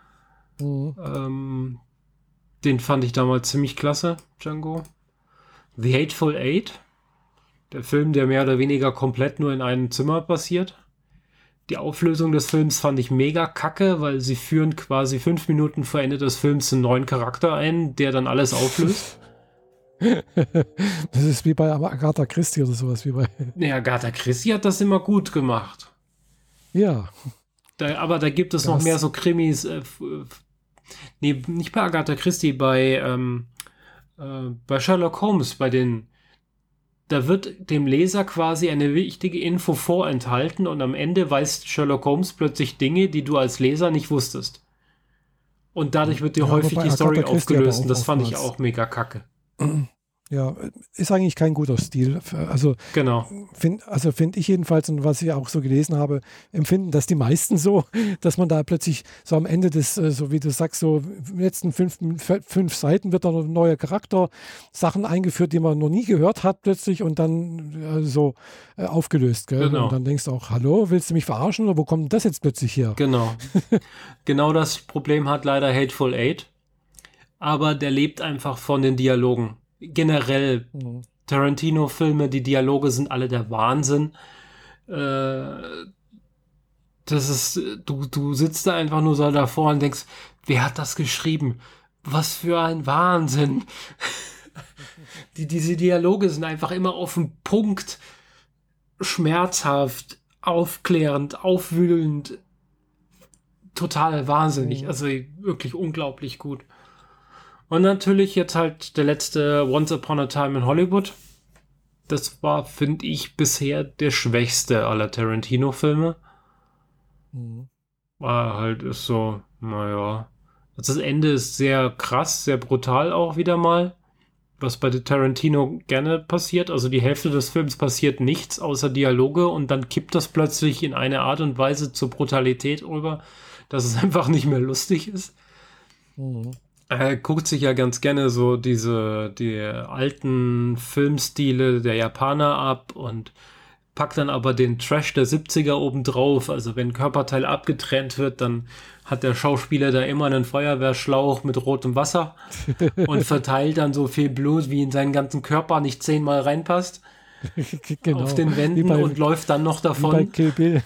Den fand ich damals ziemlich klasse, Django. The Hateful Eight. Der Film, der mehr oder weniger komplett nur in einem Zimmer passiert. Die Auflösung des Films fand ich mega kacke, weil sie führen quasi 5 Minuten vor Ende des Films einen neuen Charakter ein, der dann alles auflöst. Das ist wie bei Agatha Christie oder sowas. Ja, Agatha Christie hat das immer gut gemacht. Ja. Aber da gibt es noch mehr so Krimis. Nee, nicht bei Agatha Christie, bei Sherlock Holmes, da wird dem Leser quasi eine wichtige Info vorenthalten und am Ende weiß Sherlock Holmes plötzlich Dinge, die du als Leser nicht wusstest. Und dadurch wird dir häufig die Story aufgelöst und das fand ich auch mega kacke. Ja, ist eigentlich kein guter Stil. Also, genau. Finde ich jedenfalls, und was ich auch so gelesen habe, empfinden das die meisten so, dass man da plötzlich so am Ende des, so wie du sagst, so in den letzten 5 Seiten wird da noch ein neuer Charakter, Sachen eingeführt, die man noch nie gehört hat plötzlich und dann aufgelöst. Gell? Genau. Und dann denkst du auch, hallo, willst du mich verarschen oder wo kommt das jetzt plötzlich her? Genau. Genau das Problem hat leider Hateful Eight. Aber der lebt einfach von den Dialogen. Generell Tarantino-Filme, die Dialoge sind alle der Wahnsinn. Das ist, du sitzt da einfach nur so davor und denkst, wer hat das geschrieben? Was für ein Wahnsinn. Diese Dialoge sind einfach immer auf den Punkt, schmerzhaft, aufklärend, aufwühlend, total wahnsinnig. Also wirklich unglaublich gut. Und natürlich jetzt halt der letzte Once Upon a Time in Hollywood. Das war, finde ich, bisher der schwächste aller Tarantino-Filme. War halt ist so, naja. Das Ende ist sehr krass, sehr brutal auch wieder mal. was bei Tarantino gerne passiert. Also die Hälfte des Films passiert nichts außer Dialoge und dann kippt das plötzlich in eine Art und Weise zur Brutalität rüber, dass es einfach nicht mehr lustig ist. Er guckt sich ja ganz gerne so die alten Filmstile der Japaner ab und packt dann aber den Trash der 70er obendrauf. Also wenn ein Körperteil abgetrennt wird, dann hat der Schauspieler da immer einen Feuerwehrschlauch mit rotem Wasser und verteilt dann so viel Blut, wie in seinen ganzen Körper nicht 10-mal reinpasst, auf den Wänden und läuft dann noch davon. Wie bei Kill Bill.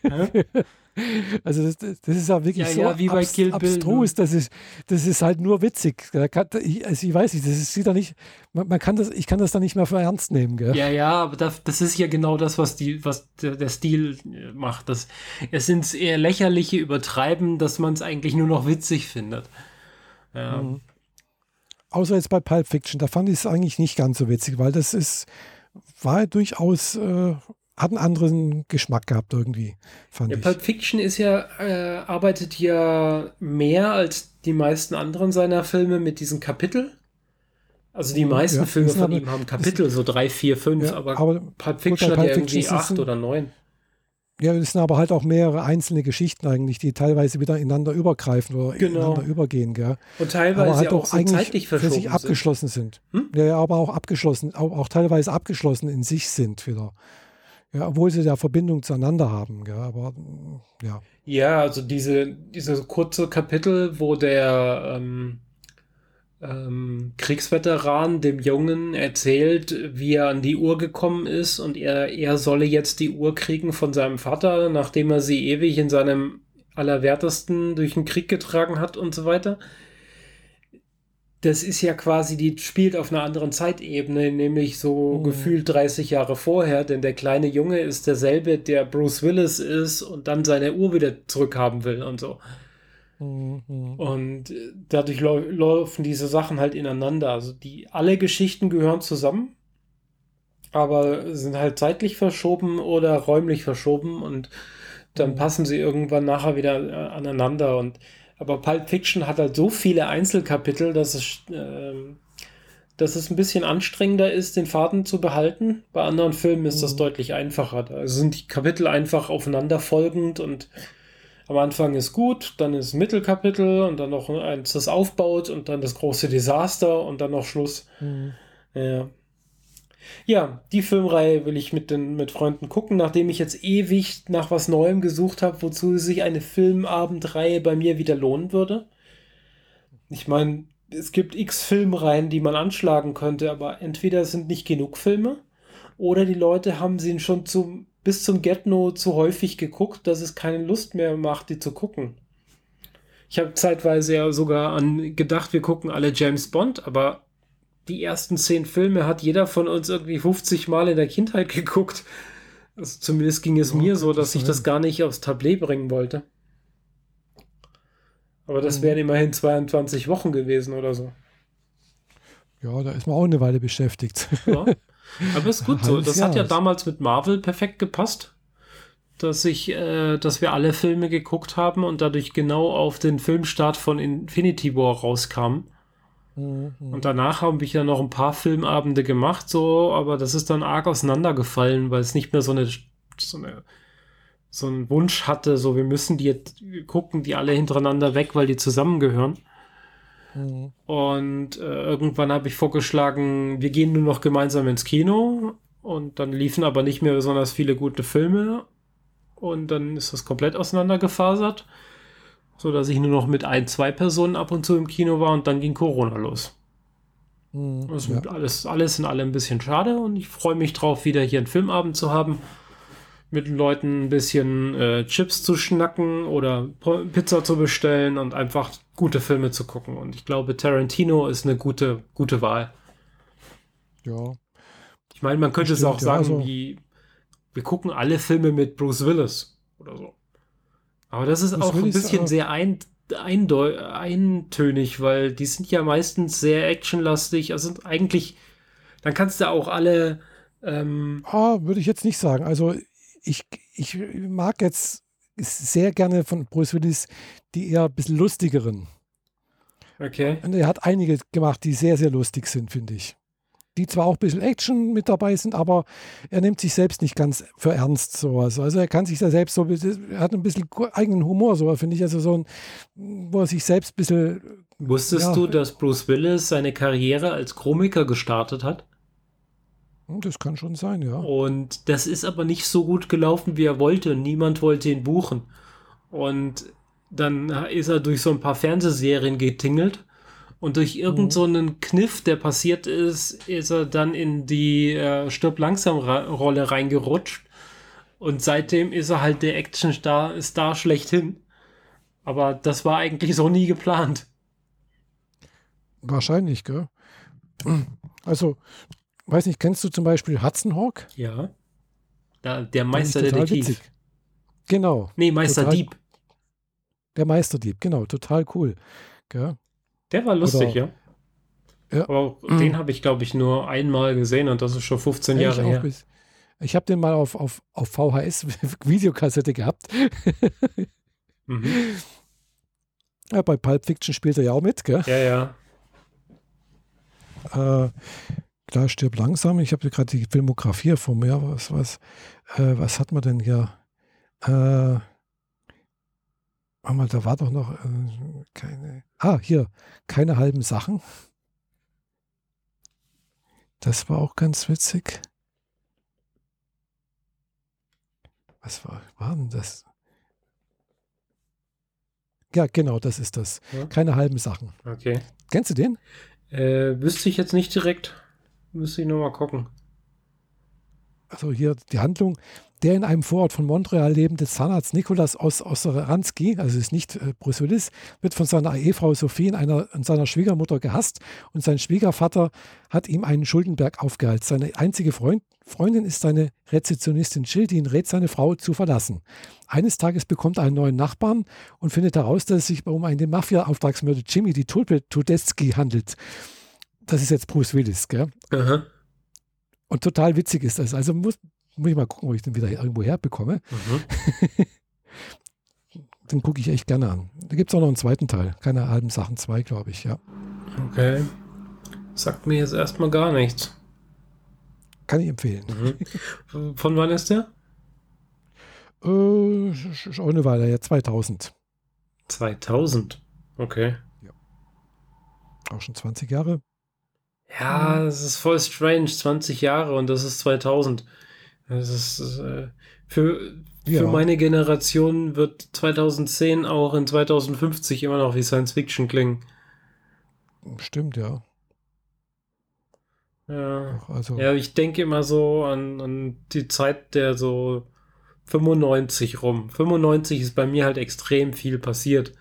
Also das ist ja wirklich so wie bei Kill Bill, abstrus, das ist halt nur witzig. Ich weiß nicht, das sieht da nicht, ich kann das da nicht mehr für ernst nehmen. Gell? Ja, aber das ist ja genau das, was der Stil macht. Es sind eher lächerliche Übertreiben, dass man es eigentlich nur noch witzig findet. Ja. Außer jetzt bei Pulp Fiction, da fand ich es eigentlich nicht ganz so witzig, weil war durchaus... hat einen anderen Geschmack gehabt irgendwie, fand ich. Pulp Fiction arbeitet ja mehr als die meisten anderen seiner Filme mit diesen Kapitel. Also die meisten Filme von ihm haben Kapitel, so 3, 4, 5, aber Pulp Fiction hat ja irgendwie 8 oder 9. Ja, das sind aber halt auch mehrere einzelne Geschichten eigentlich, die teilweise wieder ineinander übergreifen oder ineinander übergehen. Gell? Und teilweise aber halt auch so zeitlich für sich abgeschlossen sind. Ja, aber auch abgeschlossen, auch teilweise abgeschlossen in sich sind wieder. Ja, obwohl sie ja Verbindung zueinander haben, ja, aber ja. Ja, also diese kurze Kapitel, wo der Kriegsveteran dem Jungen erzählt, wie er an die Uhr gekommen ist und er solle jetzt die Uhr kriegen von seinem Vater, nachdem er sie ewig in seinem Allerwertesten durch den Krieg getragen hat und so weiter. Das ist ja quasi, die spielt auf einer anderen Zeitebene, nämlich so gefühlt 30 Jahre vorher, denn der kleine Junge ist derselbe, der Bruce Willis ist und dann seine Uhr wieder zurückhaben will und so. Und dadurch laufen diese Sachen halt ineinander. Also alle Geschichten gehören zusammen, aber sind halt zeitlich verschoben oder räumlich verschoben und dann passen sie irgendwann nachher wieder aneinander aber Pulp Fiction hat halt so viele Einzelkapitel, dass es ein bisschen anstrengender ist, den Faden zu behalten. Bei anderen Filmen ist das deutlich einfacher. Da sind die Kapitel einfach aufeinander folgend und am Anfang ist gut, dann ist ein Mittelkapitel und dann noch eins, das aufbaut und dann das große Desaster und dann noch Schluss. Ja, die Filmreihe will ich mit Freunden gucken, nachdem ich jetzt ewig nach was Neuem gesucht habe, wozu sich eine Filmabendreihe bei mir wieder lohnen würde. Ich meine, es gibt x Filmreihen, die man anschlagen könnte, aber entweder sind nicht genug Filme oder die Leute haben sie schon bis zum Get-No zu häufig geguckt, dass es keine Lust mehr macht, die zu gucken. Ich habe zeitweise ja sogar gedacht, wir gucken alle James Bond, aber die ersten 10 Filme hat jeder von uns irgendwie 50 Mal in der Kindheit geguckt. Also zumindest ging es mir so, dass ich das gar nicht aufs Tablet bringen wollte. Aber das wären immerhin 22 Wochen gewesen oder so. Ja, da ist man auch eine Weile beschäftigt. Ja. Aber ist gut so. Das hat ja damals mit Marvel perfekt gepasst, dass wir alle Filme geguckt haben und dadurch genau auf den Filmstart von Infinity War rauskamen. Und danach habe ich ja noch ein paar Filmabende gemacht, aber das ist dann arg auseinandergefallen, weil es nicht mehr so einen Wunsch hatte, so wir müssen die jetzt gucken, die alle hintereinander weg, weil die zusammengehören. Und irgendwann habe ich vorgeschlagen, wir gehen nur noch gemeinsam ins Kino und dann liefen aber nicht mehr besonders viele gute Filme und dann ist das komplett auseinandergefasert, sodass ich nur noch mit 2 Personen ab und zu im Kino war und dann ging Corona los. Also alles in allem ein bisschen schade und ich freue mich drauf, wieder hier einen Filmabend zu haben, mit den Leuten ein bisschen Chips zu schnacken oder Pizza zu bestellen und einfach gute Filme zu gucken. Und ich glaube, Tarantino ist eine gute Wahl. Ja. Ich meine, man könnte es auch sagen, wir gucken alle Filme mit Bruce Willis oder so. Aber das ist auch ein bisschen sehr eintönig, weil die sind ja meistens sehr actionlastig. Also eigentlich, dann kannst du auch alle... würde ich jetzt nicht sagen. Also ich mag jetzt sehr gerne von Bruce Willis die eher ein bisschen lustigeren. Okay. Und er hat einige gemacht, die sehr, sehr lustig sind, finde ich. die zwar auch ein bisschen Action mit dabei sind, aber er nimmt sich selbst nicht ganz für ernst, sowas. Also er kann sich da selbst so, er hat ein bisschen eigenen Humor, so finde ich, also so ein, wo er sich selbst ein bisschen. Wusstest du, dass Bruce Willis seine Karriere als Komiker gestartet hat? Das kann schon sein, ja. Und das ist aber nicht so gut gelaufen, wie er wollte. Niemand wollte ihn buchen. Und dann ist er durch so ein paar Fernsehserien getingelt. Und durch irgend so einen Kniff, der passiert ist, ist er dann in die Stirb-langsam-Rolle reingerutscht. Und seitdem ist er halt der Action-Star schlechthin. Aber das war eigentlich so nie geplant. Wahrscheinlich, gell? Also, weiß nicht, kennst du zum Beispiel Hudson Hawk? Ja. Der Meisterdetektiv. Genau. Nee, Meisterdieb. Der Meisterdieb, genau, total cool. Gell? Der war lustig, ja. Aber den habe ich, glaube ich, nur einmal gesehen und das ist schon 15 Jahre her. Ich habe den mal auf VHS-Videokassette gehabt. Ja, bei Pulp Fiction spielt er ja auch mit, gell? Ja. Klar, Stirb langsam. Ich habe gerade die Filmografie vor mir. Was hat man denn hier? Mal, da war doch noch keine halben Sachen. Das war auch ganz witzig. Was war denn das? Ja, genau, das ist das. Ja. Keine halben Sachen. Okay. Kennst du den? Wüsste ich jetzt nicht direkt. Müsste ich nur mal gucken. Also hier die Handlung. Der in einem Vorort von Montreal lebende Zahnarzt Nicolas Osseranski, also ist nicht Bruce Willis, wird von seiner Ehefrau Sophie und seiner Schwiegermutter gehasst und sein Schwiegervater hat ihm einen Schuldenberg aufgehalst. Seine einzige Freundin ist seine Rezeptionistin Jill, die ihn rät, seine Frau zu verlassen. Eines Tages bekommt er einen neuen Nachbarn und findet heraus, dass es sich um einen Mafia-Auftragsmörder Jimmy Di Tedeschi handelt. Das ist jetzt Bruce Willis, gell? Aha. Und total witzig ist das. Also muss ich mal gucken, ob ich den wieder irgendwo herbekomme. Den gucke ich echt gerne an. Da gibt es auch noch einen zweiten Teil. Keine halben Sachen, 2, glaube ich, ja. Okay. Sagt mir jetzt erstmal gar nichts. Kann ich empfehlen. Von wann ist der? Schon eine Weile, ja, 2000. 2000? Okay. Ja. Auch schon 20 Jahre. Ja, das ist voll strange. 20 Jahre und das ist 2000. Das ist für meine Generation wird 2010 auch in 2050 immer noch wie Science Fiction klingen. Stimmt, ja. Ja, also. Ja, ich denke immer so an die Zeit der so 95 rum. 95 ist bei mir halt extrem viel passiert.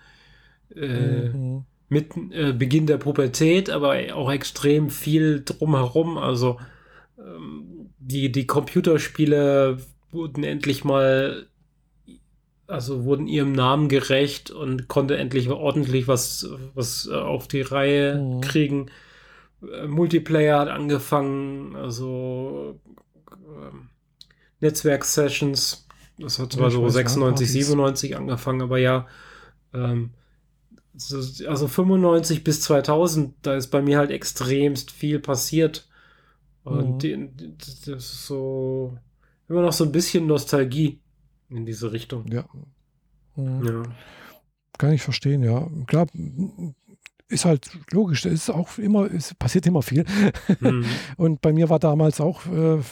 Mit Beginn der Pubertät, aber auch extrem viel drumherum. Also die Computerspiele wurden endlich mal, also wurden ihrem Namen gerecht und konnte endlich ordentlich was auf die Reihe kriegen. Multiplayer hat angefangen, also Netzwerk-Sessions, das hat zwar so 96, 97 angefangen, aber ja, also 95 bis 2000, da ist bei mir halt extremst viel passiert. Und das ist so immer noch so ein bisschen Nostalgie in diese Richtung. Ja. Kann ich verstehen, ja. Klar, ist halt logisch, es passiert immer viel. Und bei mir war damals auch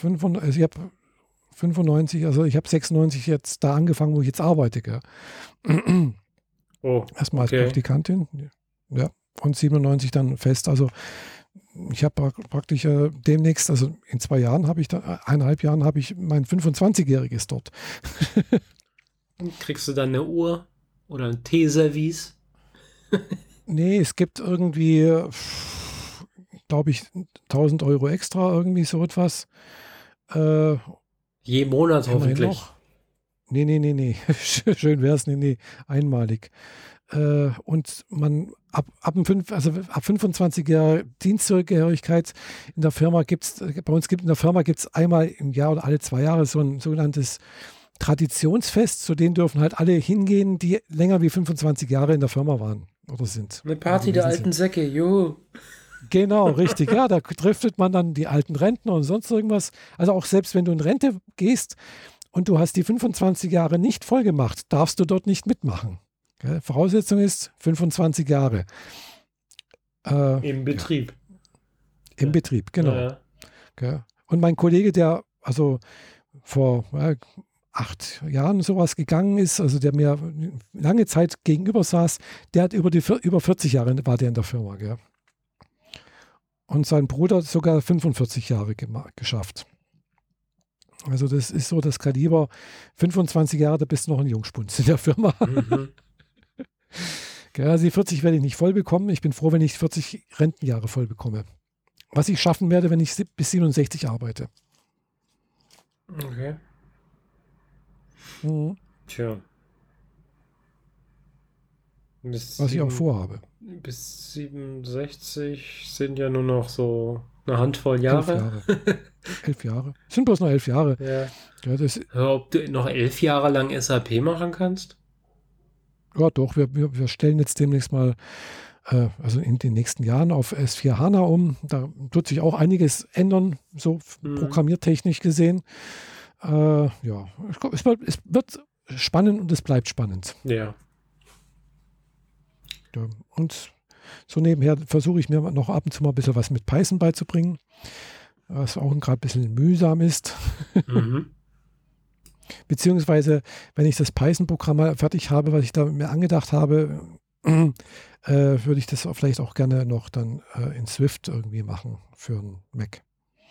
95, also ich habe 96 jetzt da angefangen, wo ich jetzt arbeite. Gell? Erstmal als Praktikantin, ja, und 97 dann fest. Also ich habe praktisch demnächst, also in 2 Jahren habe ich dann, 1,5 Jahren habe ich mein 25-Jähriges dort. Kriegst du dann eine Uhr oder ein Teeservice? Nee, es gibt irgendwie, glaube ich, 1.000 Euro extra, irgendwie so etwas. Je Monat hoffentlich. Nee. Schön wäre es, nee, einmalig. Und man ab 25 Jahre Dienstzugehörigkeit in der Firma in der Firma gibt es einmal im Jahr oder alle 2 Jahre so ein sogenanntes Traditionsfest, zu denen dürfen halt alle hingehen, die länger wie 25 Jahre in der Firma waren oder sind. Eine Party der alten Säcke, jo. Genau, richtig. Ja, da driftet man dann die alten Rentner und sonst irgendwas. Also auch selbst wenn du in Rente gehst und du hast die 25 Jahre nicht voll gemacht, darfst du dort nicht mitmachen. Gell? Voraussetzung ist 25 Jahre. Im Betrieb. Im Ja. Betrieb, genau. Ja. Gell? Und mein Kollege, der also vor 8 Jahren sowas gegangen ist, also der mir lange Zeit gegenüber saß, der hat über 40 Jahre war der in der Firma. Gell? Und sein Bruder hat sogar 45 Jahre geschafft. Also das ist so das Kaliber, 25 Jahre, da bist du noch ein Jungspund in der Firma. Mhm. Also die 40 werde ich nicht voll bekommen. Ich bin froh, wenn ich 40 Rentenjahre voll bekomme. Was ich schaffen werde, wenn ich bis 67 arbeite. Okay. Mhm. Tja. Was ich auch vorhabe. Bis 67 sind ja nur noch so eine Handvoll Jahre. 11 Jahre. Es sind bloß noch 11 Jahre. Ja. Ja, Ob du noch 11 Jahre lang SAP machen kannst? Ja, doch. Wir stellen jetzt demnächst mal, also in den nächsten Jahren auf S4 HANA um. Da wird sich auch einiges ändern, so programmiertechnisch gesehen. Ja, es wird spannend und es bleibt spannend. Ja. Ja, und so nebenher versuche ich mir noch ab und zu mal ein bisschen was mit Python beizubringen, was auch gerade ein bisschen mühsam ist. Mhm. Beziehungsweise, wenn ich das Python-Programm mal fertig habe, was ich da mir angedacht habe, würde ich das vielleicht auch gerne noch dann in Swift irgendwie machen für einen Mac.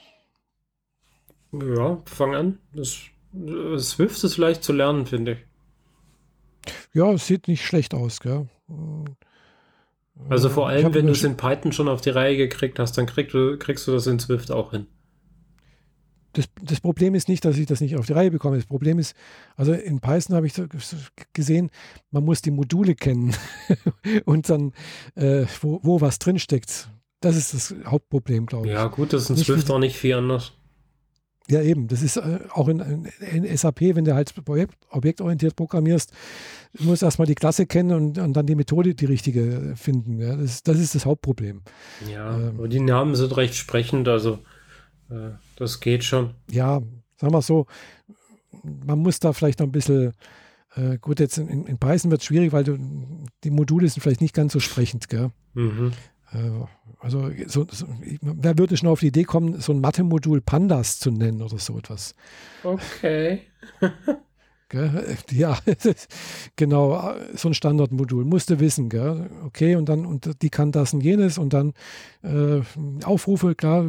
Ja, fang an. Swift ist leicht zu lernen, finde ich. Ja, es sieht nicht schlecht aus, gell? Also vor allem, wenn du es in Python schon auf die Reihe gekriegt hast, dann kriegst du das in Swift auch hin. Das Problem ist nicht, dass ich das nicht auf die Reihe bekomme. Das Problem ist, also in Python habe ich gesehen, man muss die Module kennen und dann, wo was drinsteckt. Das ist das Hauptproblem, glaube ich. Ja, gut, das ist in Swift auch nicht viel anders. Ja, eben. Das ist auch in SAP, wenn du halt objektorientiert programmierst, du musst erstmal die Klasse kennen und dann die Methode, die richtige finden. Ja? Das ist das Hauptproblem. Ja, aber die Namen sind recht sprechend, also das geht schon. Ja, sagen wir so, man muss da vielleicht noch ein bisschen, gut, jetzt in Python wird es schwierig, weil die Module sind vielleicht nicht ganz so sprechend. Gell? Mhm. Also wer würde schon auf die Idee kommen, so ein Mathe-Modul Pandas zu nennen oder so etwas? Okay. Gell? Ja, genau, so ein Standardmodul, musst du wissen, gell? Okay, und die kann das und jenes und dann Aufrufe, klar,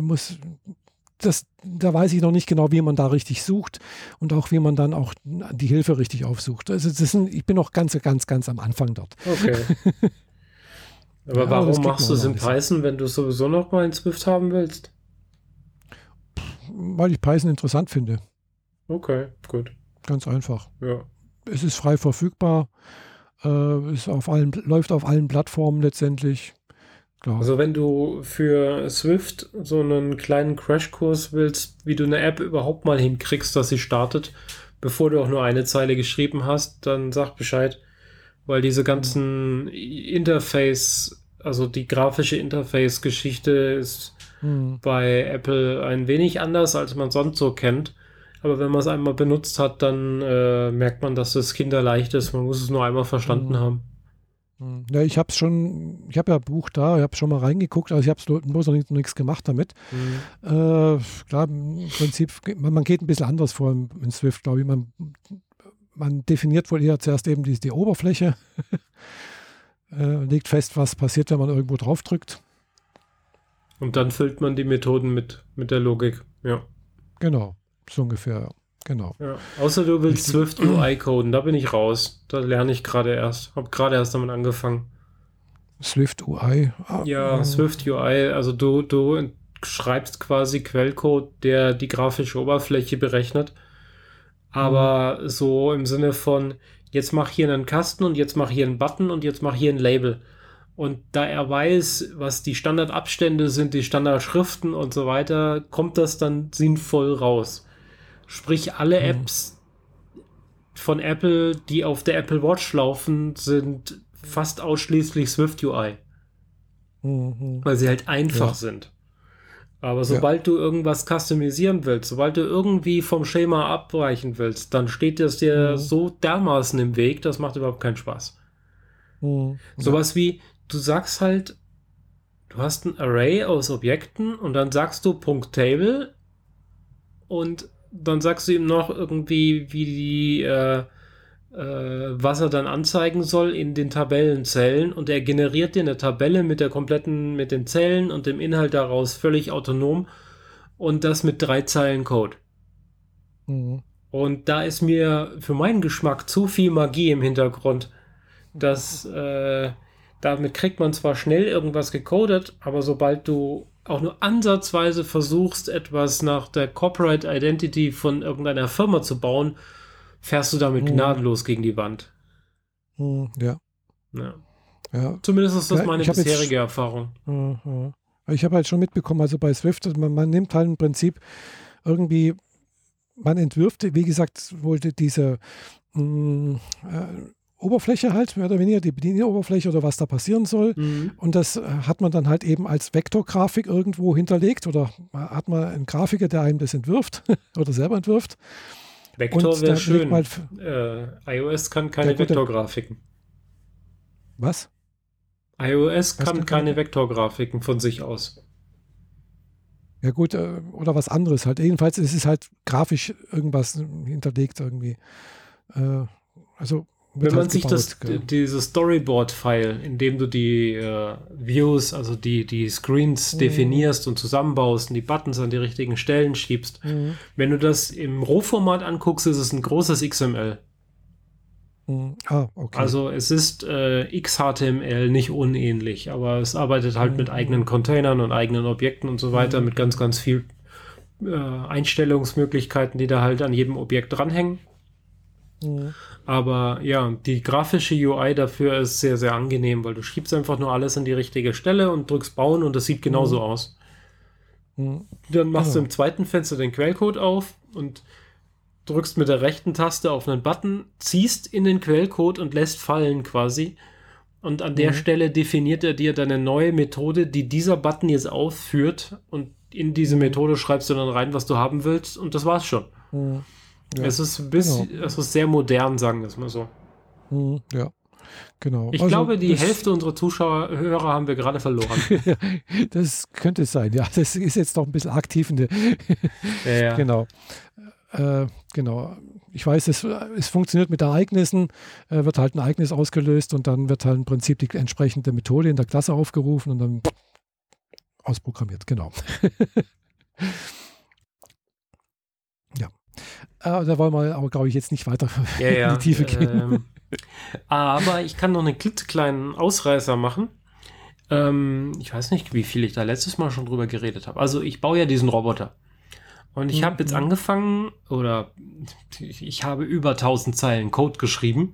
da weiß ich noch nicht genau, wie man da richtig sucht und auch wie man dann auch die Hilfe richtig aufsucht. Also ich bin noch ganz, ganz, ganz am Anfang dort. Okay. Aber ja, warum machst du es in Python, wenn du es sowieso noch mal in Swift haben willst? Weil ich Python interessant finde. Okay, gut. Ganz einfach. Ja. Es ist frei verfügbar, läuft auf allen Plattformen letztendlich. Klar. Also wenn du für Swift so einen kleinen Crashkurs willst, wie du eine App überhaupt mal hinkriegst, dass sie startet, bevor du auch nur eine Zeile geschrieben hast, dann sag Bescheid. Weil diese ganzen Interface, also die grafische Interface-Geschichte ist bei Apple ein wenig anders, als man sonst so kennt. Aber wenn man es einmal benutzt hat, dann merkt man, dass es kinderleicht ist. Man muss es nur einmal verstanden haben. Ja, ich habe ja ein Buch da, ich habe schon mal reingeguckt, also ich habe bloß noch nichts gemacht damit. Klar, im Prinzip, man geht ein bisschen anders vor in Swift, glaube ich. Man definiert wohl eher zuerst eben die Oberfläche, legt fest, was passiert, wenn man irgendwo drauf drückt. Und dann füllt man die Methoden mit der Logik, ja. Genau, so ungefähr, genau. Ja. Außer du willst Swift UI coden, da bin ich raus. Da lerne ich gerade erst. Habe gerade erst damit angefangen. Swift UI? Ja, Swift UI, also du schreibst quasi Quellcode, der die grafische Oberfläche berechnet. Aber so im Sinne von, jetzt mach hier einen Kasten und jetzt mach hier einen Button und jetzt mach hier ein Label. Und da er weiß, was die Standardabstände sind, die Standardschriften und so weiter, kommt das dann sinnvoll raus. Sprich, alle Apps von Apple, die auf der Apple Watch laufen, sind fast ausschließlich Swift UI. weil sie halt einfach sind. Aber sobald du irgendwas customisieren willst, sobald du irgendwie vom Schema abweichen willst, dann steht das dir so dermaßen im Weg, das macht überhaupt keinen Spaß. Sowas wie, du sagst halt, du hast ein Array aus Objekten und dann sagst du .table und dann sagst du ihm noch irgendwie, wie die was er dann anzeigen soll in den Tabellenzellen und er generiert dir eine Tabelle mit mit den Zellen und dem Inhalt daraus völlig autonom und das mit 3 Zeilen Code. Und da ist mir für meinen Geschmack zu viel Magie im Hintergrund, dass damit kriegt man zwar schnell irgendwas gecodet, aber sobald du auch nur ansatzweise versuchst, etwas nach der Corporate Identity von irgendeiner Firma zu bauen, fährst du damit gnadenlos gegen die Wand. Ja. Zumindest ist das meine bisherige Erfahrung. Ich habe halt schon mitbekommen, also bei Swift, man nimmt halt im Prinzip irgendwie, man entwirft, wie gesagt, wohl diese Oberfläche halt, mehr oder weniger die Bedienoberfläche oder was da passieren soll. Und das hat man dann halt eben als Vektorgrafik irgendwo hinterlegt oder hat man einen Grafiker, der einem das entwirft oder selber entwirft. Vektor wäre schön. iOS kann keine Vektorgrafiken. Was? iOS kann keine Vektorgrafiken von sich aus. Ja gut, oder was anderes halt. Jedenfalls ist es halt grafisch irgendwas hinterlegt irgendwie. Also wenn man sich dieses Storyboard-File, in dem du die Views, also die Screens definierst und zusammenbaust und die Buttons an die richtigen Stellen schiebst, wenn du das im Rohformat anguckst, ist es ein großes XML. Okay. Also es ist XHTML nicht unähnlich, aber es arbeitet halt mit eigenen Containern und eigenen Objekten und so weiter, mit ganz, ganz viel Einstellungsmöglichkeiten, die da halt an jedem Objekt dranhängen. Aber ja, die grafische UI dafür ist sehr, sehr angenehm, weil du schiebst einfach nur alles an die richtige Stelle und drückst Bauen und das sieht genauso aus. Dann machst du im zweiten Fenster den Quellcode auf und drückst mit der rechten Taste auf einen Button, ziehst in den Quellcode und lässt fallen quasi. Und an der Stelle definiert er dir deine neue Methode, die dieser Button jetzt ausführt. Und in diese Methode schreibst du dann rein, was du haben willst. Und das war's schon. Ja, es ist es ist sehr modern, sagen wir es mal so. Ja, genau. Ich glaube, die Hälfte unserer Hörer haben wir gerade verloren. Das könnte es sein, ja. Das ist jetzt doch ein bisschen arg tiefende. Ja. Genau. Genau. Ich weiß, es funktioniert mit Ereignissen, wird halt ein Ereignis ausgelöst und dann wird halt im Prinzip die entsprechende Methode in der Klasse aufgerufen und dann ausprogrammiert, genau. Ja. Da wollen wir aber, glaube ich, jetzt nicht weiter in die Tiefe gehen. Aber ich kann noch einen klitzekleinen Ausreißer machen. Ich weiß nicht, wie viel ich da letztes Mal schon drüber geredet habe. Also ich baue ja diesen Roboter. Und ich habe jetzt angefangen, oder ich habe über 1000 Zeilen Code geschrieben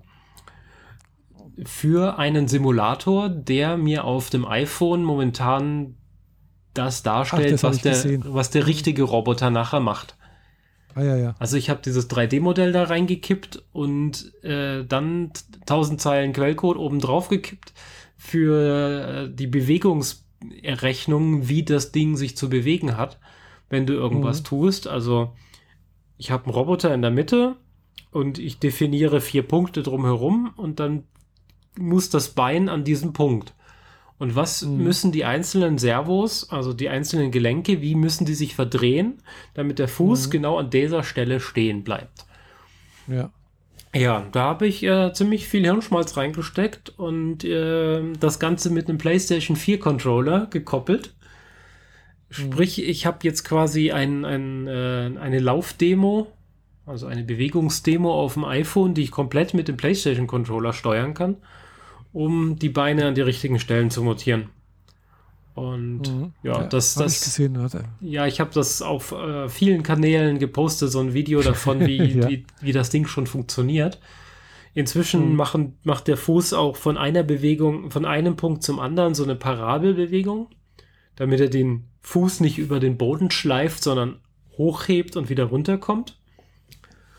für einen Simulator, der mir auf dem iPhone momentan das darstellt, was der richtige Roboter nachher macht. Ja. Also ich habe dieses 3D-Modell da reingekippt und dann 1000 Zeilen Quellcode oben drauf gekippt für die Bewegungserrechnung, wie das Ding sich zu bewegen hat, wenn du irgendwas tust. Also ich habe einen Roboter in der Mitte und ich definiere 4 Punkte drumherum und dann muss das Bein an diesem Punkt. Und was müssen die einzelnen Servos, also die einzelnen Gelenke, wie müssen die sich verdrehen, damit der Fuß genau an dieser Stelle stehen bleibt? Ja. Ja, da habe ich ziemlich viel Hirnschmalz reingesteckt und das Ganze mit einem PlayStation 4 Controller gekoppelt. Sprich, ich habe jetzt quasi eine Laufdemo, also eine Bewegungsdemo auf dem iPhone, die ich komplett mit dem PlayStation Controller steuern kann, um die Beine an die richtigen Stellen zu montieren. Und das ich gesehen, ich habe das auf vielen Kanälen gepostet, so ein Video davon, wie das Ding schon funktioniert. Inzwischen macht der Fuß auch von einer Bewegung, von einem Punkt zum anderen so eine Parabelbewegung, damit er den Fuß nicht über den Boden schleift, sondern hochhebt und wieder runterkommt.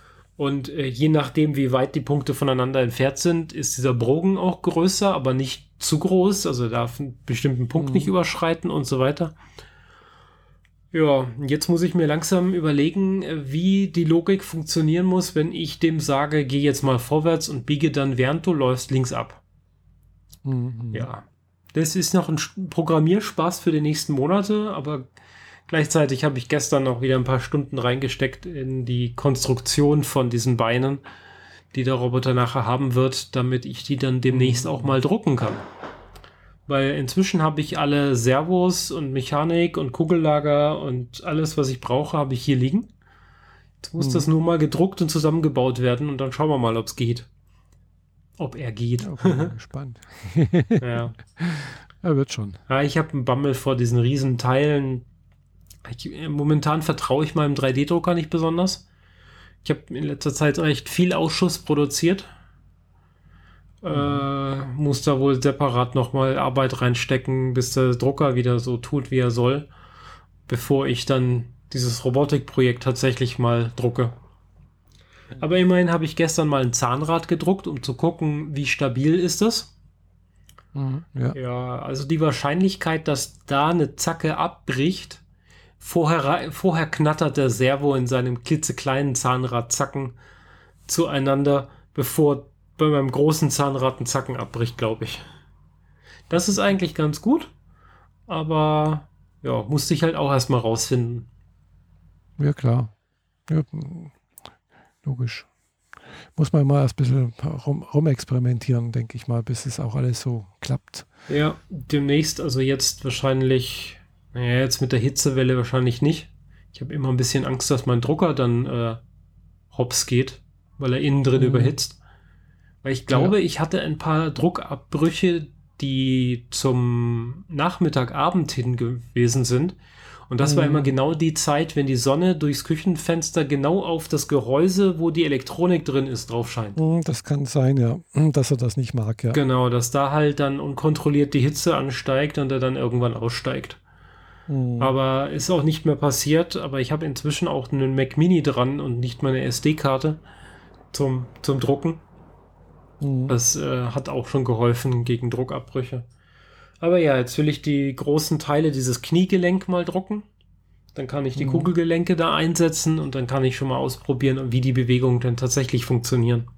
Und je nachdem, wie weit die Punkte voneinander entfernt sind, ist dieser Bogen auch größer, aber nicht zu groß, also darf einen bestimmten Punkt nicht überschreiten und so weiter. Ja, jetzt muss ich mir langsam überlegen, wie die Logik funktionieren muss, wenn ich dem sage, geh jetzt mal vorwärts und biege dann, während du läufst, links ab. Ja, das ist noch ein Programmierspaß für die nächsten Monate, aber gleichzeitig habe ich gestern noch wieder ein paar Stunden reingesteckt in die Konstruktion von diesen Beinen, die der Roboter nachher haben wird, damit ich die dann demnächst auch mal drucken kann. Weil inzwischen habe ich alle Servos und Mechanik und Kugellager und alles, was ich brauche, habe ich hier liegen. Jetzt muss das nur mal gedruckt und zusammengebaut werden und dann schauen wir mal, ob es geht. Ob er geht. Ja, bin gespannt. Ja. Er wird schon. Ja, ich habe einen Bammel vor diesen riesen Teilen. Momentan vertraue ich meinem 3D-Drucker nicht besonders. Ich habe in letzter Zeit recht viel Ausschuss produziert. Muss da wohl separat nochmal Arbeit reinstecken, bis der Drucker wieder so tut, wie er soll, bevor ich dann dieses Robotikprojekt tatsächlich mal drucke. Aber immerhin habe ich gestern mal ein Zahnrad gedruckt, um zu gucken, wie stabil ist das. Ja, also die Wahrscheinlichkeit, dass da eine Zacke abbricht, vorher knattert der Servo in seinem klitzekleinen Zahnrad Zacken zueinander, bevor bei meinem großen Zahnrad ein Zacken abbricht, glaube ich. Das ist eigentlich ganz gut, aber ja, musste ich halt auch erstmal rausfinden. Ja, klar. Ja, logisch. Muss man mal erst ein bisschen rumexperimentieren, denke ich mal, bis es auch alles so klappt. Ja, demnächst, also jetzt wahrscheinlich, naja, jetzt mit der Hitzewelle wahrscheinlich nicht. Ich habe immer ein bisschen Angst, dass mein Drucker dann hops geht, weil er innen drin überhitzt. Weil ich glaube, ich hatte ein paar Druckabbrüche, die zum Nachmittagabend hin gewesen sind. Und das war immer genau die Zeit, wenn die Sonne durchs Küchenfenster genau auf das Gehäuse, wo die Elektronik drin ist, drauf scheint. Das kann sein, ja, dass er das nicht mag, ja. Genau, dass da halt dann unkontrolliert die Hitze ansteigt und er dann irgendwann aussteigt. Aber ist auch nicht mehr passiert, aber ich habe inzwischen auch einen Mac Mini dran und nicht meine SD-Karte zum Drucken. Das hat auch schon geholfen gegen Druckabbrüche. Aber ja, jetzt will ich die großen Teile dieses Kniegelenk mal drucken. Dann kann ich die Kugelgelenke da einsetzen und dann kann ich schon mal ausprobieren, wie die Bewegungen denn tatsächlich funktionieren.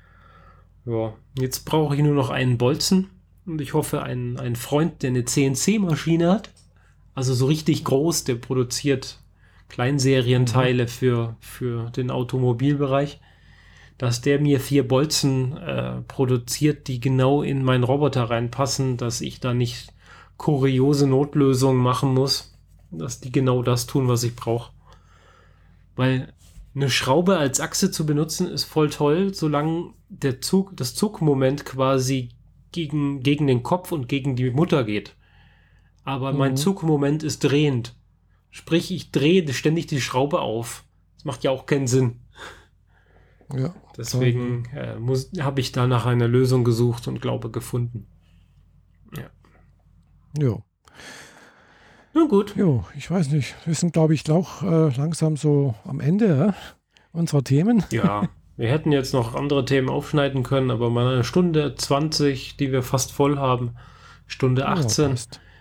Ja, jetzt brauche ich nur noch einen Bolzen und ich hoffe, einen Freund, der eine CNC-Maschine hat, also so richtig groß, der produziert Kleinserienteile für den Automobilbereich, dass der mir 4 Bolzen produziert, die genau in meinen Roboter reinpassen, dass ich da nicht kuriose Notlösungen machen muss, dass die genau das tun, was ich brauche. Weil eine Schraube als Achse zu benutzen ist voll toll, solange das Zugmoment quasi gegen den Kopf und gegen die Mutter geht. Aber mein Zugmoment ist drehend. Sprich, ich drehe ständig die Schraube auf. Das macht ja auch keinen Sinn. Ja. Deswegen habe ich da nach einer Lösung gesucht und glaube gefunden. Ja. Jo. Na gut. Jo, ich weiß nicht. Wir sind, glaube ich, auch langsam so am Ende unserer Themen. Ja, wir hätten jetzt noch andere Themen aufschneiden können, aber mal eine Stunde 20, die wir fast voll haben, Stunde 18,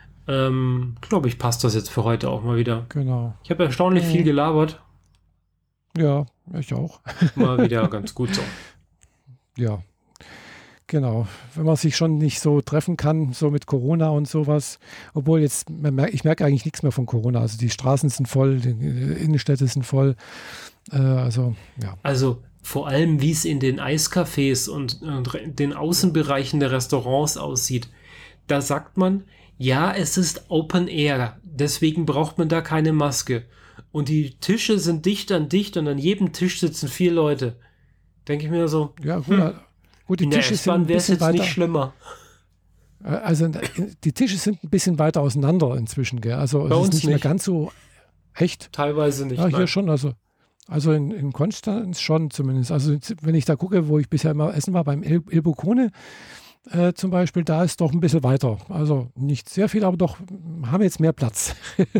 glaube ich, passt das jetzt für heute auch mal wieder. Genau. Ich habe erstaunlich viel gelabert. Ja, ich auch. Mal wieder ganz gut so. Ja, genau. Wenn man sich schon nicht so treffen kann, so mit Corona und sowas, obwohl jetzt, ich merke eigentlich nichts mehr von Corona. Also die Straßen sind voll, die Innenstädte sind voll. Also, ja. Also vor allem, wie es in den Eiscafés und den Außenbereichen der Restaurants aussieht, da sagt man, ja, es ist Open Air, deswegen braucht man da keine Maske. Und die Tische sind dicht an dicht und an jedem Tisch sitzen 4 Leute. Denke ich mir so, ja, gut, die Tische sind ein wäre es bisschen jetzt weiter. nicht schlimmer. Also die Tische sind ein bisschen weiter auseinander inzwischen, gell? Also Bei es uns ist nicht mehr nicht. ganz so echt. Teilweise nicht. Ja, hier nein. schon, also in Konstanz schon zumindest. Also wenn ich da gucke, wo ich bisher immer essen war, beim Il Boccone zum Beispiel, da ist doch ein bisschen weiter. Also nicht sehr viel, aber doch haben wir jetzt mehr Platz.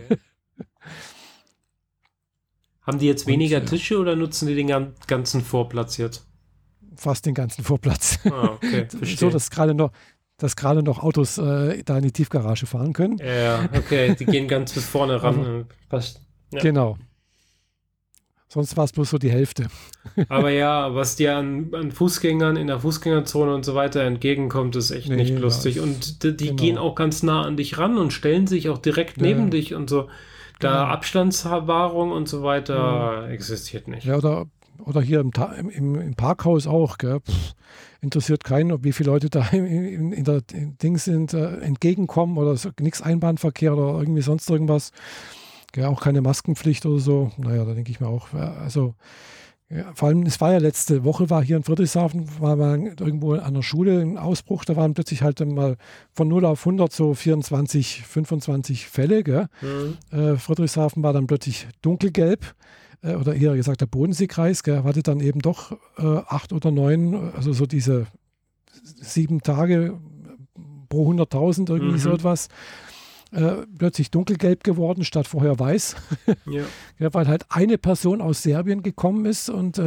Haben die jetzt weniger Und, Tische oder nutzen die den ganzen Vorplatz jetzt? Fast den ganzen Vorplatz. Ah, okay, So, verstehe. dass gerade noch dass gerade noch Autos da in die Tiefgarage fahren können. Ja, okay, die gehen ganz bis vorne ran. Passt. Ja. Genau. Sonst war es bloß so die Hälfte. Aber ja, was dir an Fußgängern in der Fußgängerzone und so weiter entgegenkommt, ist echt nicht lustig. Ja, und die gehen auch ganz nah an dich ran und stellen sich auch direkt neben dich und so. Da Abstandswahrung und so weiter existiert nicht. Ja, oder hier im Parkhaus auch. Gell? Interessiert keinen, wie viele Leute da in der Dings sind, entgegenkommen oder so, nichts Einbahnverkehr oder irgendwie sonst irgendwas. Ja, auch keine Maskenpflicht oder so. Naja, da denke ich mir auch, also vor allem, es war ja letzte Woche, war hier in Friedrichshafen, war mal irgendwo an der Schule ein Ausbruch, da waren plötzlich halt mal von 0 auf 100 so 24, 25 Fälle. Gell? Friedrichshafen war dann plötzlich dunkelgelb, oder eher gesagt der Bodenseekreis, gell? Hatte dann eben doch 8 oder 9, also so diese 7 Tage pro 100.000, irgendwie so etwas. Plötzlich dunkelgelb geworden, statt vorher weiß. Ja, weil halt eine Person aus Serbien gekommen ist und